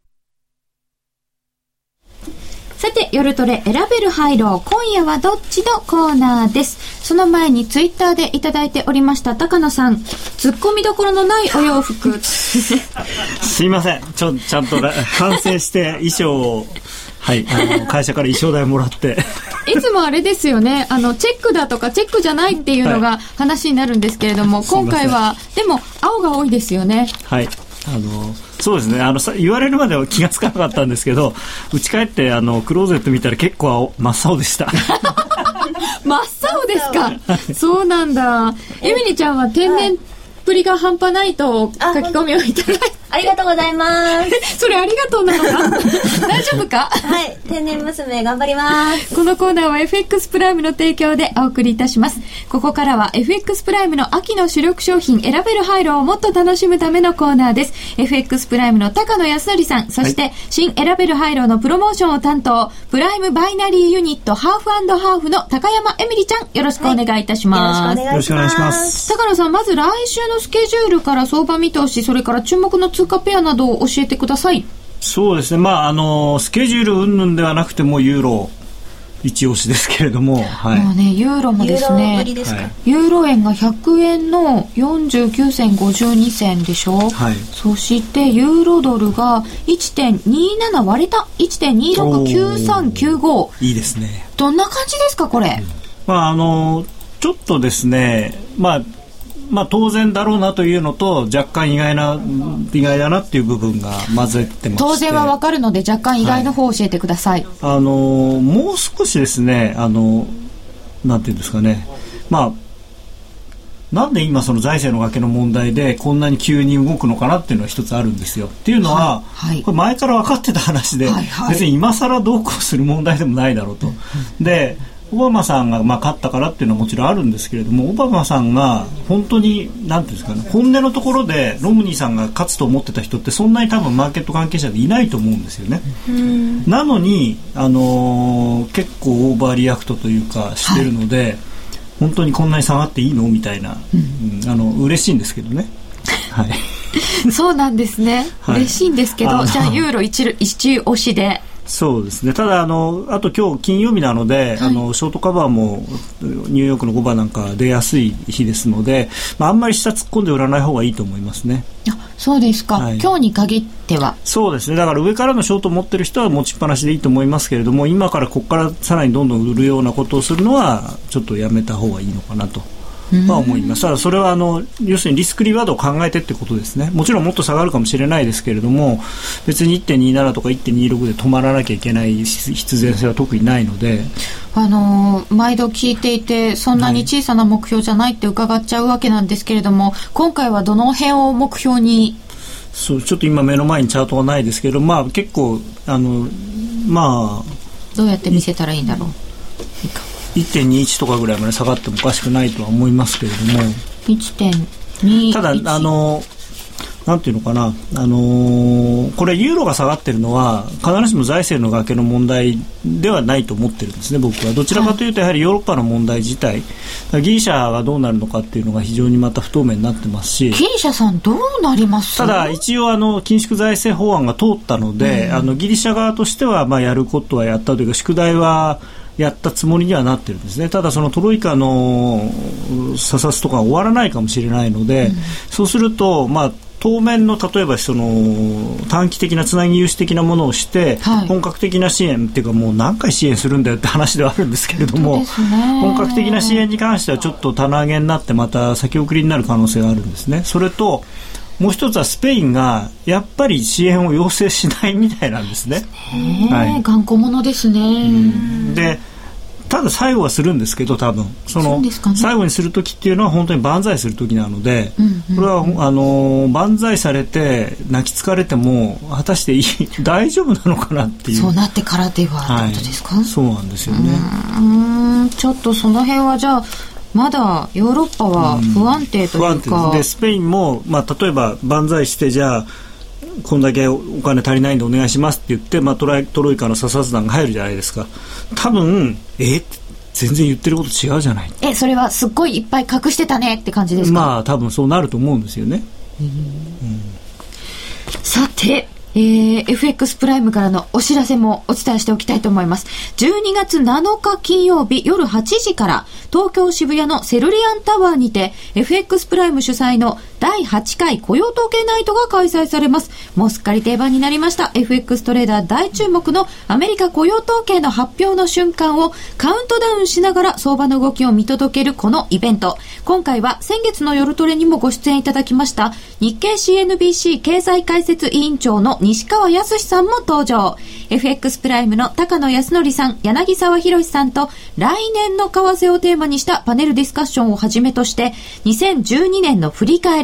さて、夜トレ選べるハイロー、今夜はどっちのコーナーです。その前にツイッターでいただいておりました高野さん、ツッコミどころのないお洋服すいません、ちゃんと完成して衣装をはい、会社から衣装代もらっていつもあれですよね、チェックだとかチェックじゃないっていうのが話になるんですけれども、はい、今回はでも青が多いですよね。 はい、そうですね、言われるまでは気がつかなかったんですけど、家帰ってクローゼット見たら結構真っ青でした真っ青ですか、はい、そうなんだ。エミリちゃんは天然っぷりが半端ないと書き込みをいただいてありがとうございますそれありがとうなのか大丈夫か。 はい、天然娘頑張ります。 このコーナーは FX プライムの提供でお送りいたします。ここからは FX プライムの秋の主力商品選べる廃炉をもっと楽しむためのコーナーです。 FX プライムの高野康則さん、そして、新選べる廃炉のプロモーションを担当、プライムバイナリーユニットハーフ&ハーフの高山エミリちゃん、よろしくお願いいたします。 よろしくお願いします。 高野さん、まず来週のスケジュールから相場見通し、それから注目の通貨ペアなどを教えてください。 そうですね、スケジュール云々ではなくてもユーロ一押しですけれども、はい、 もうね、ユーロもですね、ユーロ円が100円の49銭52銭でしょ、はい、そしてユーロドルが 1.27 割れた 1.269395。 いいですね。 どんな感じですかこれ。 ちょっとですね、当然だろうなというのと、若干意外だなっていう部分が混ぜてまして、 当然は分かるので若干意外の方を教えてください。 もう少しですね、なんていうんですかね、なんで今その財政の崖の問題でこんなに急に動くのかなっていうのは一つあるんですよ。っていうのは、これ前から分かってた話で、別に今更どうこうする問題でもないだろうと。でオバマさんが勝ったからっていうのはもちろんあるんですけれども、オバマさんが本当になんていうんですかね、本音のところでロムニーさんが勝つと思ってた人ってそんなに多分マーケット関係者でいないと思うんですよね。なのに、結構オーバーリアクトというかしてるので、本当にこんなに下がっていいのみたいな、嬉しいんですけどね。はい。 そうなんですね。嬉しいんですけど、じゃあユーロ一押しで。 そうですね。ただあと今日金曜日なので、ショートカバーもニューヨークの5番なんか出やすい日ですので、あんまり下突っ込んで売らない方がいいと思いますね。 そうですか、今日に限っては。 そうですね。だから上からのショートを持ってる人は持ちっぱなしでいいと思いますけれども、今からここからさらにどんどん売るようなことをするのはちょっとやめた方がいいのかなと思います。ただそれは要するにリスクリワードを考えてってことですね。もちろんもっと下がるかもしれないですけれども、別に 1.27 とか 1.26 で止まらなきゃいけない必然性は特にないので、 毎度聞いていてそんなに小さな目標じゃないって伺っちゃうわけなんですけれども、今回はどの辺を目標に。 そう、ちょっと今目の前にチャートがないですけど、結構どうやって見せたらいいんだろう。 1.21 とかぐらいまで下がってもおかしくないとは思いますけれども、 1.21 ただなんていうのかな、これユーロが下がってるのは必ずしも財政の崖の問題ではないと思ってるんですね。僕はどちらかというとやはりヨーロッパの問題自体、ギリシャがどうなるのかっていうのが非常にまた不透明になってますし、 ギリシャさんどうなります？ ただ一応緊縮財政法案が通ったので、ギリシャ側としてはやることはやったというか、宿題はやったつもりにはなってるんですね。ただそのトロイカの査察とか終わらないかもしれないので、そうすると当面の例えば短期的なつなぎ融資的なものをして、本格的な支援っていうか、もう何回支援するんだよって話ではあるんですけれども、本格的な支援に関してはちょっと棚上げになってまた先送りになる可能性があるんですね。それともう一つはスペインがやっぱり支援を要請しないみたいなんですね。 頑固者ですね。 でただ最後はするんですけど、多分最後にする時っていうのは本当に万歳する時なので、これは万歳されて泣きつかれても果たして大丈夫なのかなっていう、 そうなってからではってことですか？ そうなんですよね。 ちょっとその辺はじゃあまだヨーロッパは不安定というか、 でスペインも、例えば万歳してじゃあこんだけお金足りないんでお願いしますって言って、トロイカの査察団が入るじゃないですか。多分全然言ってること違うじゃない、 それはすっごいいっぱい隠してたねって感じですか？ 多分そうなると思うんですよね。 さてFX プライムからのお知らせもお伝えしておきたいと思います。12月7日金曜日夜8時から東京渋谷のセルリアンタワーにて FX プライム主催の第8回雇用統計ナイトが開催されます。もうすっかり定番になりました FX トレーダー大注目のアメリカ雇用統計の発表の瞬間をカウントダウンしながら相場の動きを見届けるこのイベント。今回は先月の夜トレにもご出演いただきました日経 CNBC 経済解説委員長の西川康さんも登場。 FX プライムの高野康則さん、柳沢博さんと来年の為替をテーマにしたパネルディスカッションをはじめとして2012年の振り返り、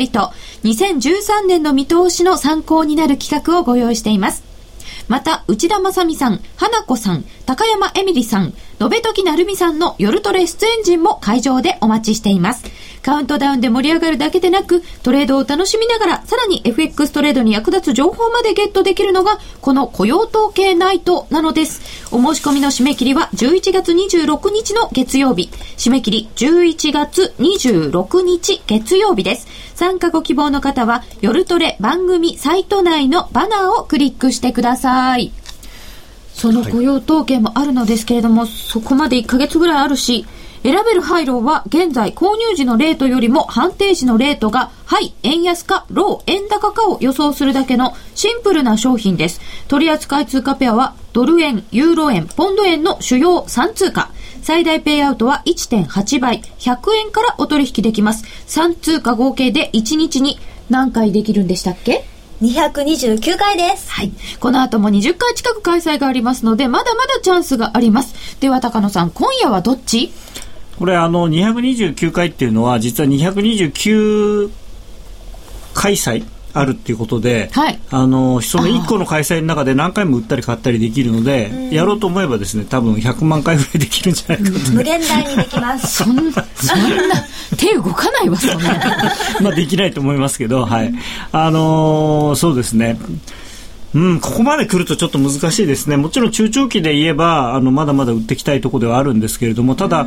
りと2013年の見通しの参考になる企画をご用意しています。また内田正美さん、花子さん、高山エミリさん、延時成美さんの夜トレ出演陣も会場でお待ちしています。カウントダウンで盛り上がるだけでなく、トレードを楽しみながらさらに FX トレードに役立つ情報までゲットできるのがこの雇用統計ナイトなのです。お申し込みの締め切りは11月26日の月曜日、締め切り11月26日月曜日です。参加ご希望の方は夜トレ番組サイト内のバナーをクリックしてください。その雇用統計もあるのですけれども、そこまで1ヶ月ぐらいあるし、選べる配慮は現在購入時のレートよりも判定時のレートがハイ、円安かロー、円高かを予想するだけのシンプルな商品です。取扱通貨ペアはドル円、ユーロ円、ポンド円の主要3通貨。最大ペイアウトは 1.8 倍、100円からお取引できます。3通貨合計で1日に何回できるんでしたっけ ？229回です。 はい。この後も20回近く開催がありますので、まだまだチャンスがあります。では高野さん、今夜はどっち？ これ229回っていうのは実は229開催あるっていうことで、はい、その1個の開催の中で何回も売ったり買ったりできるので、やろうと思えばですね、多分100万回ぐらいできるんじゃないかと。 無限大にできますそんな手動かないわそんなまあできないと思いますけど、はい、そうですね、ここまで来るとちょっと難しいですね。もちろん中長期で言えばまだまだ売っていきたいところではあるんですけれども、ただ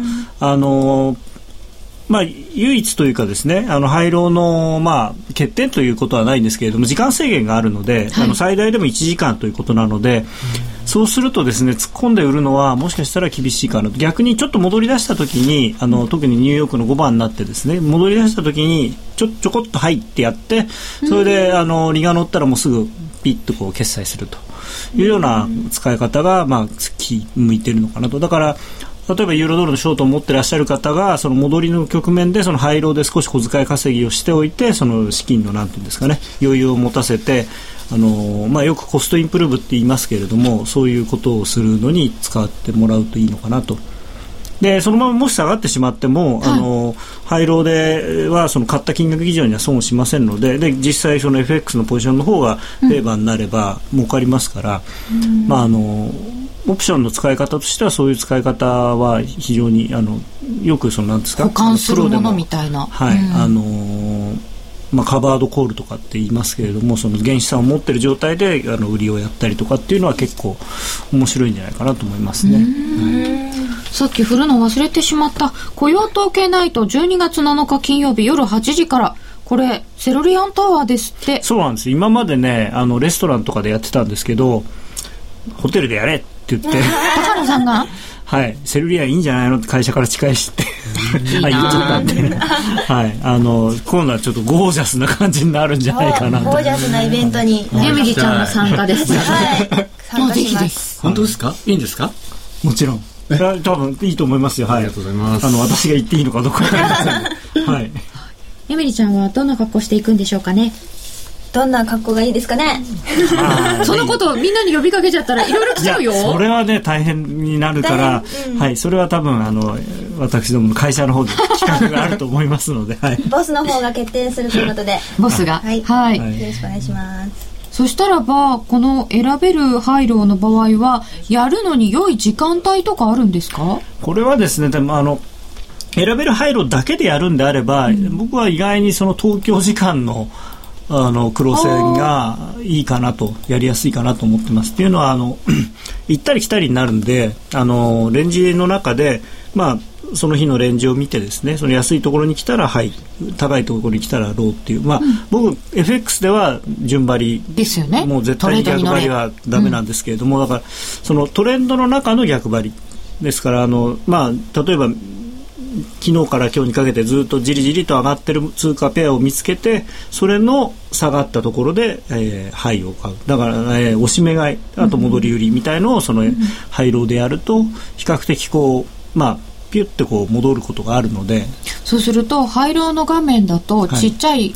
唯一というかですね、廃炉の欠点ということはないんですけれども、時間制限があるので、はい、最大でも1時間ということなので、そうするとですね、突っ込んで売るのはもしかしたら厳しいかなと。逆にちょっと戻り出した時に特にニューヨークの5番になってですね、戻り出した時にちょこっと入ってやって、それで利が乗ったらもうすぐピッとこう決済するというような使い方が向いているのかなと。だから例えばユーロドルのショートを持ってらっしゃる方がその戻りの局面でその廃炉で少し小遣い稼ぎをしておいて、その資金のなんていうんですかね、余裕を持たせてよくコストインプルーブって言いますけれども、そういうことをするのに使ってもらうといいのかなと。でそのままもし下がってしまっても、廃炉ではその買った金額以上には損をしませんので、実際その FX のポジションの方がフェーバーになれば儲かりますから、オプションの使い方としてはそういう使い方は非常によくなんですか、 保管するものみたいな、 はい、カバードコールとかって言いますけれども、その原資産を持っている状態で売りをやったりとかっていうのは結構面白いんじゃないかなと思いますね。 さっき振るの忘れてしまった。雇用統計ナイト12月7日金曜日夜8時から、これセルリアンタワーですって。 そうなんです。今までねレストランとかでやってたんですけど、ホテルでやれって言って高野さんがはい、セルリアンいいんじゃないのって会社から近いしって言っちゃったんで、はい、今度はちょっとゴージャスな感じになるんじゃないかなと。 ゴージャスなイベントにエミリちゃんの参加ですはい参加します。 本当ですか？いいんですか？ もちろん多分いいと思いますよ。はい、ありがとうございます。私が言っていいのかどうか分かりませんはい。 エミリちゃんはどんな格好していくんでしょうかね。 どんな格好がいいですかね。 そのことをみんなに呼びかけちゃったらいろいろ来ちゃうよ。 それはね大変になるから、はい、それは多分私どもの会社の方で企画があると思いますので、はい、 ボスの方が決定するということでボスが、はい、はい、 よろしくお願いします。 そしたらばこの選べる配慮の場合はやるのに良い時間帯とかあるんですか？ これはですね、でも選べる配慮だけでやるんであれば、僕は意外にその東京時間の黒線がいいかなと、やりやすいかなと思ってます。っていうのは行ったり来たりになるんで、レンジの中でその日のレンジを見てですね、その安いところに来たらハイ、高いところに来たらローっていう、僕 FX では順張りですよね。 もう絶対に逆張りはダメなんですけれども、だからそのトレンドの中の逆張りですから、例えば昨日から今日にかけてずっとじりじりと上がってる通貨ペアを見つけて、それの下がったところで、ハイを買う。だから、押し目買い、あと戻り売りみたいのをそのハイローでやると比較的ピュッて戻ることがあるので、 そうするとハイローの画面だとちっちゃい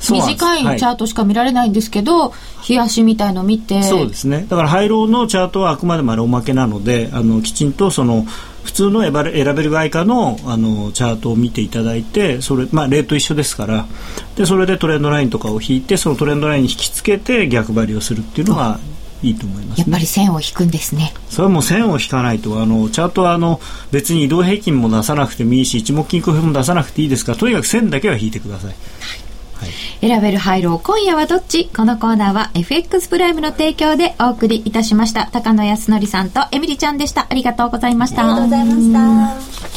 短いチャートしか見られないんですけど、日足みたいの見て。 そうですね。だからハイローのチャートはあくまでもおまけなので、きちんとその普通の選べる外貨のチャートを見ていただいて、それレート一緒ですから、でそれでトレンドラインとかを引いて、そのトレンドラインに引き付けて逆張りをするっていうのがいいと思います、ね。 やっぱり線を引くんですね。 それはもう線を引かないと、チャートは別に移動平均も出さなくてもいいし、一目均衡表も出さなくていいですから、とにかく線だけは引いてください。 はい、選べるハイロー、今夜はどっち？このコーナーは FX プライムの提供でお送りいたしました。高野康則さんとエミリちゃんでした。ありがとうございました。 ありがとうございました。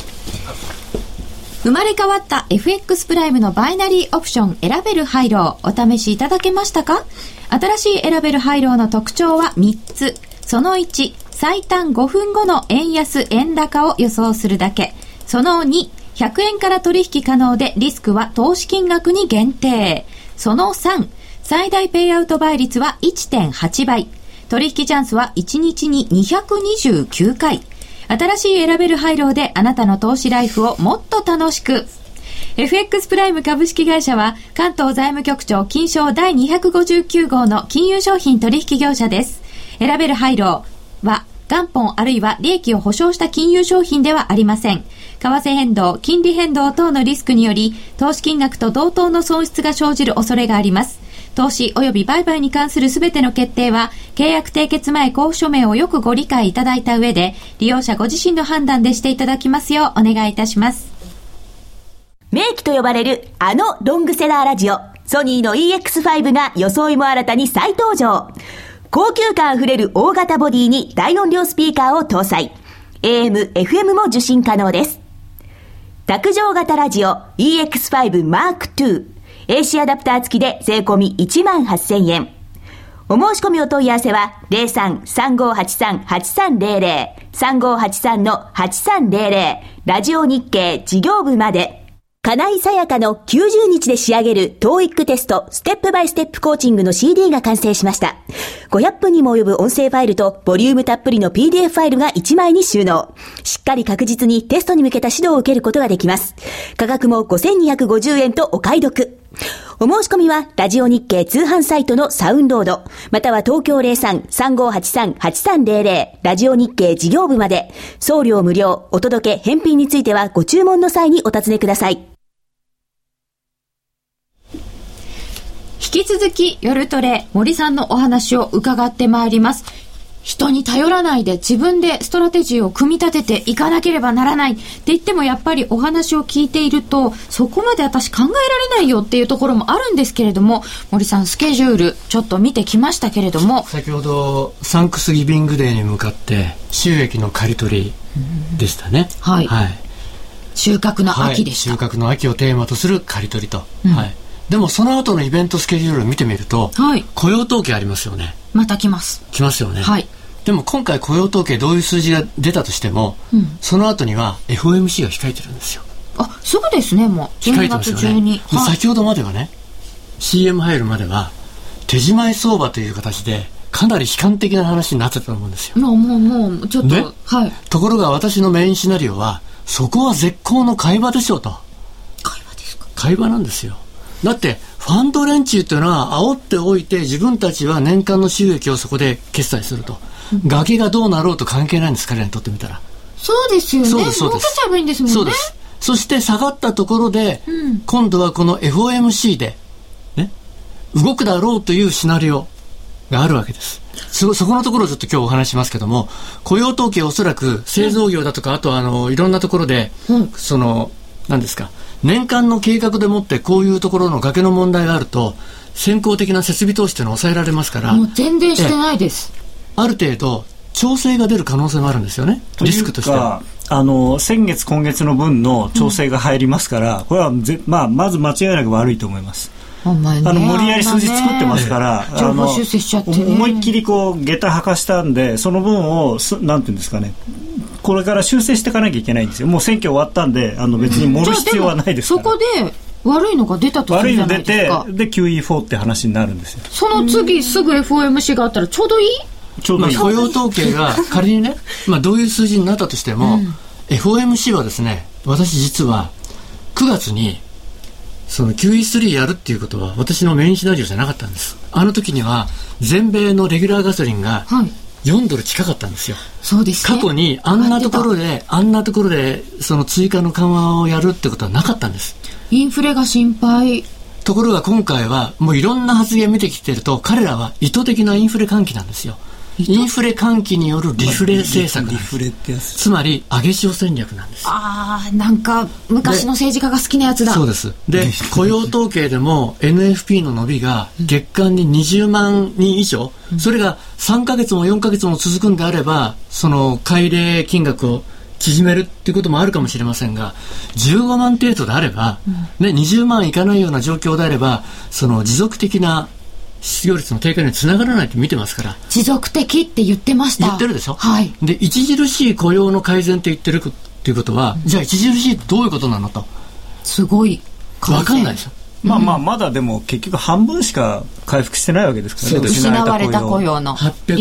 生まれ変わった FX プライムのバイナリーオプション選べるハイロー、お試しいただけましたか？新しい選べるハイローの特徴は3つ。その1、最短5分後の円安円高を予想するだけ。その2、100円から取引可能でリスクは投資金額に限定。その3、最大ペイアウト倍率は 1.8 倍。取引チャンスは1日に229回。新しい選べるハイローであなたの投資ライフをもっと楽しく。FX プライム株式会社は関東財務局長金賞第259号の金融商品取引業者です。選べるハイローは元本あるいは利益を保証した金融商品ではありません。為替変動、金利変動等のリスクにより投資金額と同等の損失が生じる恐れがあります。投資及び売買に関するすべての決定は契約締結前交付書面をよくご理解いただいた上で利用者ご自身の判断でしていただきますようお願いいたします。 名機と呼ばれるロングセラーラジオソニーの EX5 が装いも新たに再登場。高級感あふれる大型ボディに大音量スピーカーを搭載。AM、FM も受信可能です。卓上型ラジオ EX5 Mark II AC アダプター付きで税込み 18,000 円。お申し込みお問い合わせは 03-3583-8300 3583-8300 ラジオ日経事業部まで。金井さやかの90日で仕上げる TOEIC テストステップバイステップコーチングの CD が完成しました。500分にも及ぶ音声ファイルとボリュームたっぷりの PDF ファイルが1枚に収納。しっかり確実にテストに向けた指導を受けることができます。価格も 5,250 円とお買い得。お申し込みはラジオ日経通販サイトのサウンロードまたは東京 03-3583-8300 ラジオ日経事業部まで。送料無料。お届け返品についてはご注文の際にお尋ねください。 引き続き夜トレ森さんのお話を伺ってまいります。人に頼らないで自分でストラテジーを組み立てていかなければならないって言っても、やっぱりお話を聞いているとそこまで私考えられないよっていうところもあるんですけれども、森さんスケジュールちょっと見てきましたけれども、 先ほどサンクスギビングデーに向かって収益の刈り取りでしたね。 はい、はい、収穫の秋でした、 はい、収穫の秋をテーマとする刈り取りと、はい、でもその後のイベントスケジュールを見てみると、はい、雇用統計ありますよね。 また来ますよね、 はい、 でも今回雇用統計どういう数字が出たとしても、その後には FOMC が控えてるんですよ。 あ、すぐですね。もう控えてますよね、はい、先ほどまではね CM 入るまでは手仕舞い相場という形でかなり悲観的な話になってたと思うんですよ。 もうちょっと、ね、はい、 ところが私のメインシナリオはそこは絶好の買い場でしょうと。 買い場ですか。 買い場なんですよ。だってファンド連中というのは煽っておいて自分たちは年間の収益をそこで決済すると、崖がどうなろうと関係ないんです。彼らにとってみたらそうですよね。儲けちゃえばいいんですもんね。 そうです。そして下がったところで、今度はこの FOMC で、ね、動くだろうというシナリオがあるわけです。そこのところをちょっと今日お話しますけども、雇用統計おそらく製造業だとか、あとはいろんなところで、何ですか、年間の計画でもってこういうところの崖の問題があると先行的な設備投資というのを抑えられますから、 もう全然してないです。 ある程度調整が出る可能性もあるんですよね。リスクとしては先月今月の分の調整が入りますから、これはまず間違いなく悪いと思います。無理やり数字作ってますから、 情報修正しちゃって、ね、 思いっきり下駄履かしたんで、その分をなんていうんですかね、これから修正していかなきゃいけないんですよ。もう選挙終わったんで別に盛る必要はないですから。 そこで悪いのが出たとするじゃないですか。 悪いの出てで QE4 って話になるんですよ。 その次すぐ FOMC があったらちょうどいい。 雇用統計が仮にねどういう数字になったとしても、FOMC はですね、私実は9月にその QE3 やるっていうことは私のメインシナリオじゃなかったんです。あの時には全米のレギュラーガソリンが4ドル近かったんですよ。 そうですね。 過去にあんなところでその追加の緩和をやるってことはなかったんです。 インフレが心配。 ところが今回はもういろんな発言見てきてると、彼らは意図的なインフレ喚起なんですよ。インフレ喚起によるリフレ政策なんです。リフレってやつ。つまり上げ潮戦略なんです。 なんか昔の政治家が好きなやつだ。 そうです。で、雇用統計でも NFP の伸びが月間に20万人以上、それが3ヶ月も4ヶ月も続くんであれば、その改例金額を縮めるっていうこともあるかもしれませんが、15万程度であれば、20万いかないような状況であれば、その持続的な失業率の低下につながらないと見てますから。 持続的って言ってました。 言ってるでしょ。 はい。 で、著しい雇用の改善って言ってるっていうことは、じゃあ著しいってどういうことなのと。 すごい分かんないでしょ。 まだでも結局半分しか回復してないわけですからね。 失われた雇用の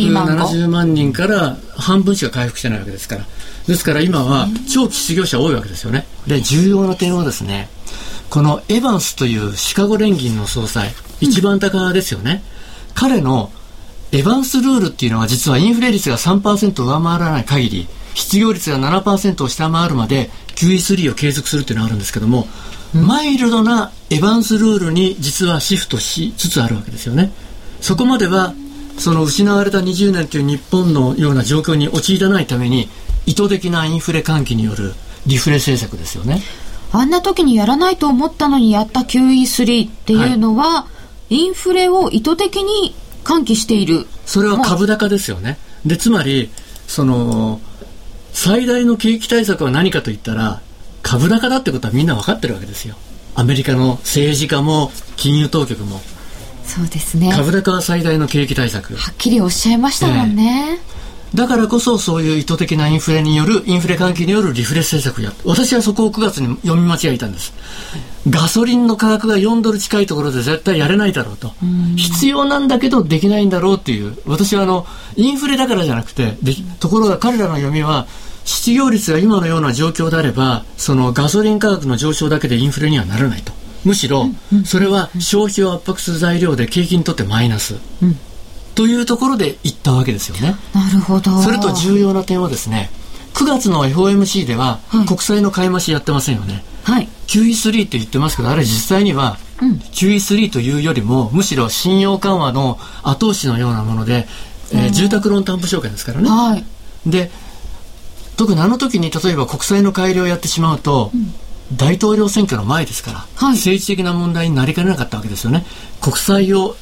870万人から半分しか回復してないわけですから。ですから今は長期失業者多いわけですよね。で、重要な点はですね、このエバンスというシカゴ連銀の総裁、一番高ですよね。彼のエバンスルールっていうのは、実はインフレ率が 3% 上回らない限り、失業率が 7% を下回るまで QE3 を継続するっていうのがあるんですけども、マイルドなエバンスルールに実はシフトしつつあるわけですよね。そこまではその失われた20年という日本のような状況に陥らないために、意図的なインフレ喚起によるリフレ政策ですよね。 あんな時にやらないと思ったのにやった QE3 っていうのは、インフレを意図的に喚起している。 それは株高ですよね。で、つまりその最大の景気対策は何かといったら株高だってことはみんな分かってるわけですよ。アメリカの政治家も金融当局も。 そうですね。 株高は最大の景気対策。 はっきりおっしゃいましたもんね。 だからこそそういう意図的なインフレ喚起によるリフレ政策をやって、私はそこを9月に読み間違えたんです。ガソリンの価格が4ドル近いところで絶対やれないだろうと。必要なんだけどできないんだろうっていう。私はインフレだからじゃなくて、ところが彼らの読みは、失業率が今のような状況であれば、そのガソリン価格の上昇だけでインフレにはならないと。むしろそれは消費を圧迫する材料で景気にとってマイナス。というところで言ったわけですよね。 なるほど。 それと重要な点はですね、9月の FOMC では国債の買い増しやってませんよね。はい。QE3 って言ってますけど、あれ実際には QE3 というよりもむしろ信用緩和の後押しのようなもので、住宅ローン担保証券ですからね。はい。で、特にあの時に例えば国債の改良をやってしまうと、大統領選挙の前ですから、はい、政治的な問題になりかねなかったわけですよね。国債を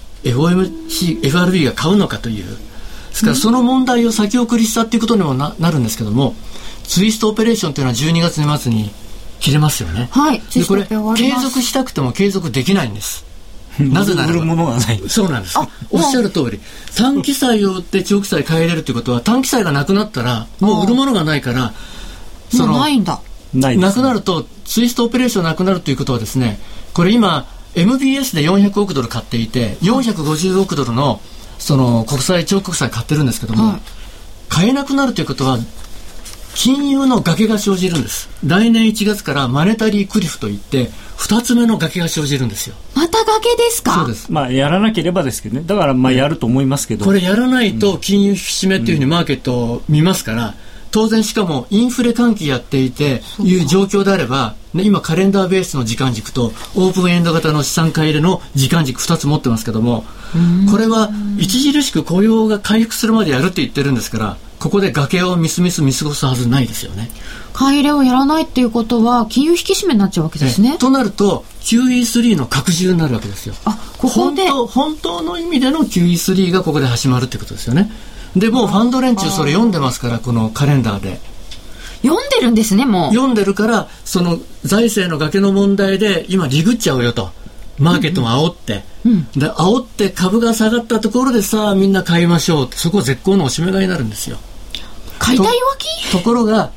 FRB が買うのかという。ですからその問題を先送りしたっていうことにも なるんですけども、ツイストオペレーションというのは12月の末に切れますよね。はい。でこれ継続したくても継続できないんです。なぜならば売るものがない。そうなんです。おっしゃる通り、短期債を売って長期債買えれるということは、短期債がなくなったらもう売るものがないから、 もうないんだ。 なくなるとツイストオペレーションなくなるということはですね、これ今MBS で400億ドル買っていて、450億ドルのその国債、長期国債買ってるんですけども、はい、買えなくなるということは金融の崖が生じるんです。来年1月からマネタリークリフといって2つ目の崖が生じるんですよ。 また崖ですか？ そうです。 やらなければですけどね。だからやると思いますけど、 これやらないと金融引き締めっていうふうにマーケットを見ますから、当然しかもインフレ喚起やっていていう状況であれば、ね、今カレンダーベースの時間軸とオープンエンド型の資産買い入れの時間軸2つ持ってますけども、これは著しく雇用が回復するまでやるって言ってるんですから、ここで崖を見過ごすはずないですよね。 買い入れをやらないっていうことは金融引き締めになっちゃうわけですね。 となると QE3 の拡充になるわけですよ。 ここで本当の意味での QE3 がここで始まるってことですよね。でもうファンド連中それ読んでますから、このカレンダーで読んでるんですね。もう読んでるから、その財政の崖の問題で今リグっちゃうよと、マーケットも煽って、で煽って株が下がったところでさあみんな買いましょうって、そこは絶好のおしめ買いになるんですよ。 買いたいわけ。 ところが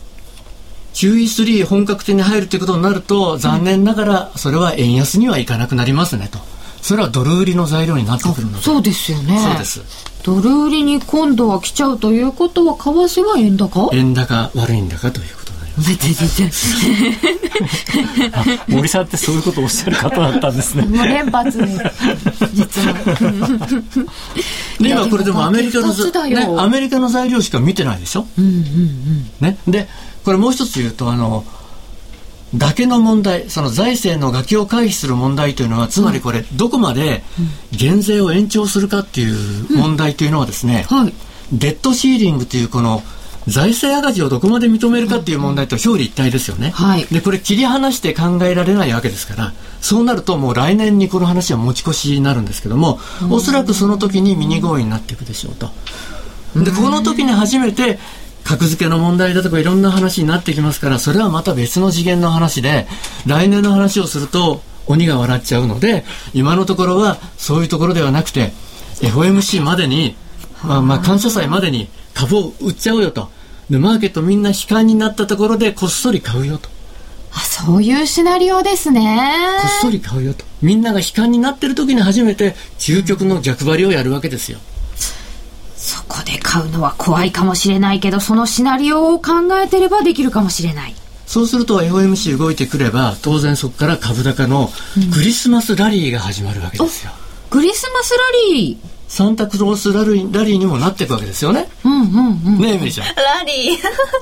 QE3 本格的に入るということになると、残念ながらそれは円安にはいかなくなりますねと。それはドル売りの材料になってくるので。 そうですよね。 そうです。 ドル売りに今度は来ちゃうということは、為替は円高悪いんだかということになり森さんってそういうことをおっしゃる方だったんですね。 もう連発で実はで今これでもアメリカの材料しか見てないでしょ、ね、でこれもう一つ言うと崖の問題、その財政の崖を回避する問題というのは、つまりこれどこまで減税を延長するかっていう問題というのはですね、デッドシーリングというこの財政赤字をどこまで認めるかっていう問題と表裏一体ですよね、でこれ切り離して考えられないわけですから、そうなるともう来年にこの話は持ち越しになるんですけども、おそらくその時にミニ合意になっていくでしょうと。でこの時に初めて格付けの問題だとかいろんな話になってきますから、それはまた別の次元の話で、来年の話をすると鬼が笑っちゃうので、今のところはそういうところではなくて FOMC までに、感謝祭までに株を売っちゃうよと。でマーケットみんな悲観になったところでこっそり買うよと。 そういうシナリオですね。 こっそり買うよと。みんなが悲観になってる時に初めて究極の逆張りをやるわけですよ。 そこで買うのは怖いかもしれないけど、そのシナリオを考えてればできるかもしれない。 そうすると FOMC 動いてくれば、当然そこから株高のクリスマスラリーが始まるわけですよ、 クリスマスラリー、 サンタクロースラリーにもなっていくわけですよね。ねえメリちゃん、 ラリ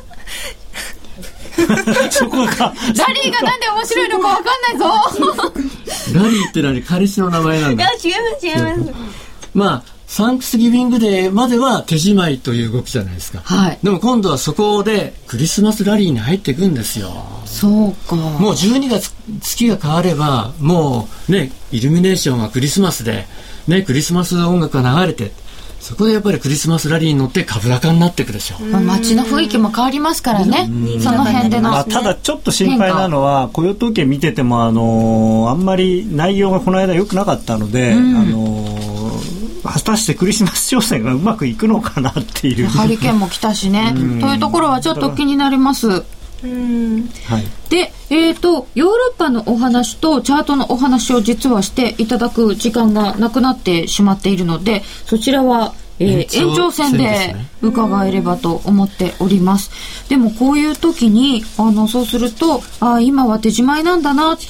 ーそこがラリーがなんで面白いのか分かんないぞラリーって何、彼氏の名前なんだ。 いや違います。 サンクスギビングデーまでは手仕舞いという動きじゃないですか、でも今度はそこでクリスマスラリーに入っていくんですよ。 そうか。 もう12月月が変わればもうね、イルミネーションはクリスマスでね、クリスマス音楽が流れて、そこでやっぱりクリスマスラリーに乗って株高になっていくでしょう。 街の雰囲気も変わりますからね、その辺での、 ただちょっと心配なのは雇用統計見ててもあんまり内容がこの間良くなかったので、果たしてクリスマス商戦がうまくいくのかなっていう。 ハリケーンも来たしねというところはちょっと気になります。で、ヨーロッパのお話とチャートのお話を実はしていただく時間がなくなってしまっているので、そちらは、延長戦で伺えればと思っております。でもこういう時にそうすると今は手仕舞いなんだなって、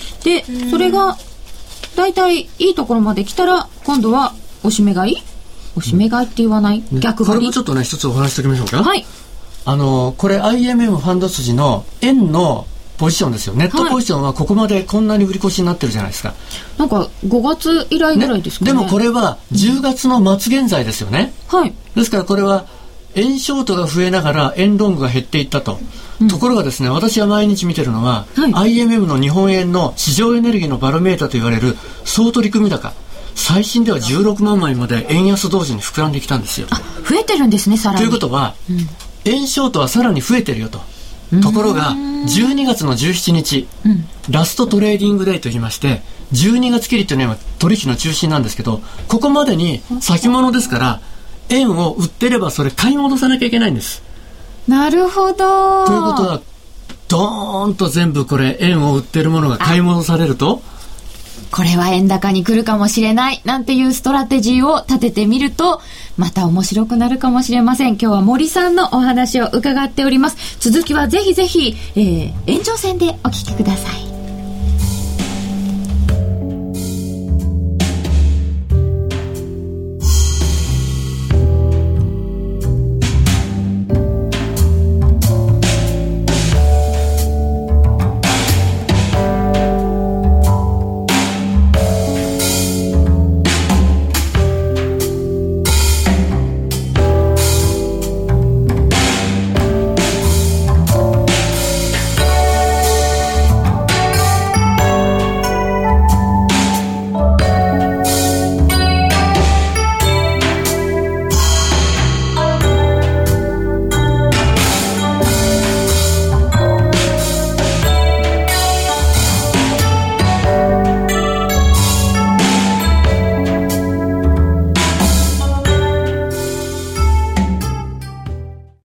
それがだいたいいいところまで来たら今度はおしめ買いって言わない、逆張り。 これもちょっとね一つお話しておきましょうか。 はい。 これ IMM ファンド筋の円のポジションですよ。ネットポジションはここまでこんなに売り越しになってるじゃないですか。 なんか5月以来ぐらいですかね。 でもこれは10月の末現在ですよね、ですからこれは円ショートが増えながら円ロングが減っていったと、ところがですね、私は毎日見てるのは、IMM の日本円の市場エネルギーのバロメーターと言われる総取組高、最新では16万枚まで円安同時に膨らんできたんですよ。 増えてるんですね、さらに。 ということは、円ショートはさらに増えてるよと。ところが12月の17日、ラストトレーディングデーといいまして、12月切りというのは取引の中心なんですけど、ここまでに先物ですから円を売ってればそれ買い戻さなきゃいけないんです。 なるほど。 ということはドーンと全部これ円を売ってるものが買い戻されると、 これは円高に来るかもしれないなんていうストラテジーを立ててみるとまた面白くなるかもしれません。今日は森さんのお話を伺っております。続きはぜひぜひ、延長戦でお聞きください。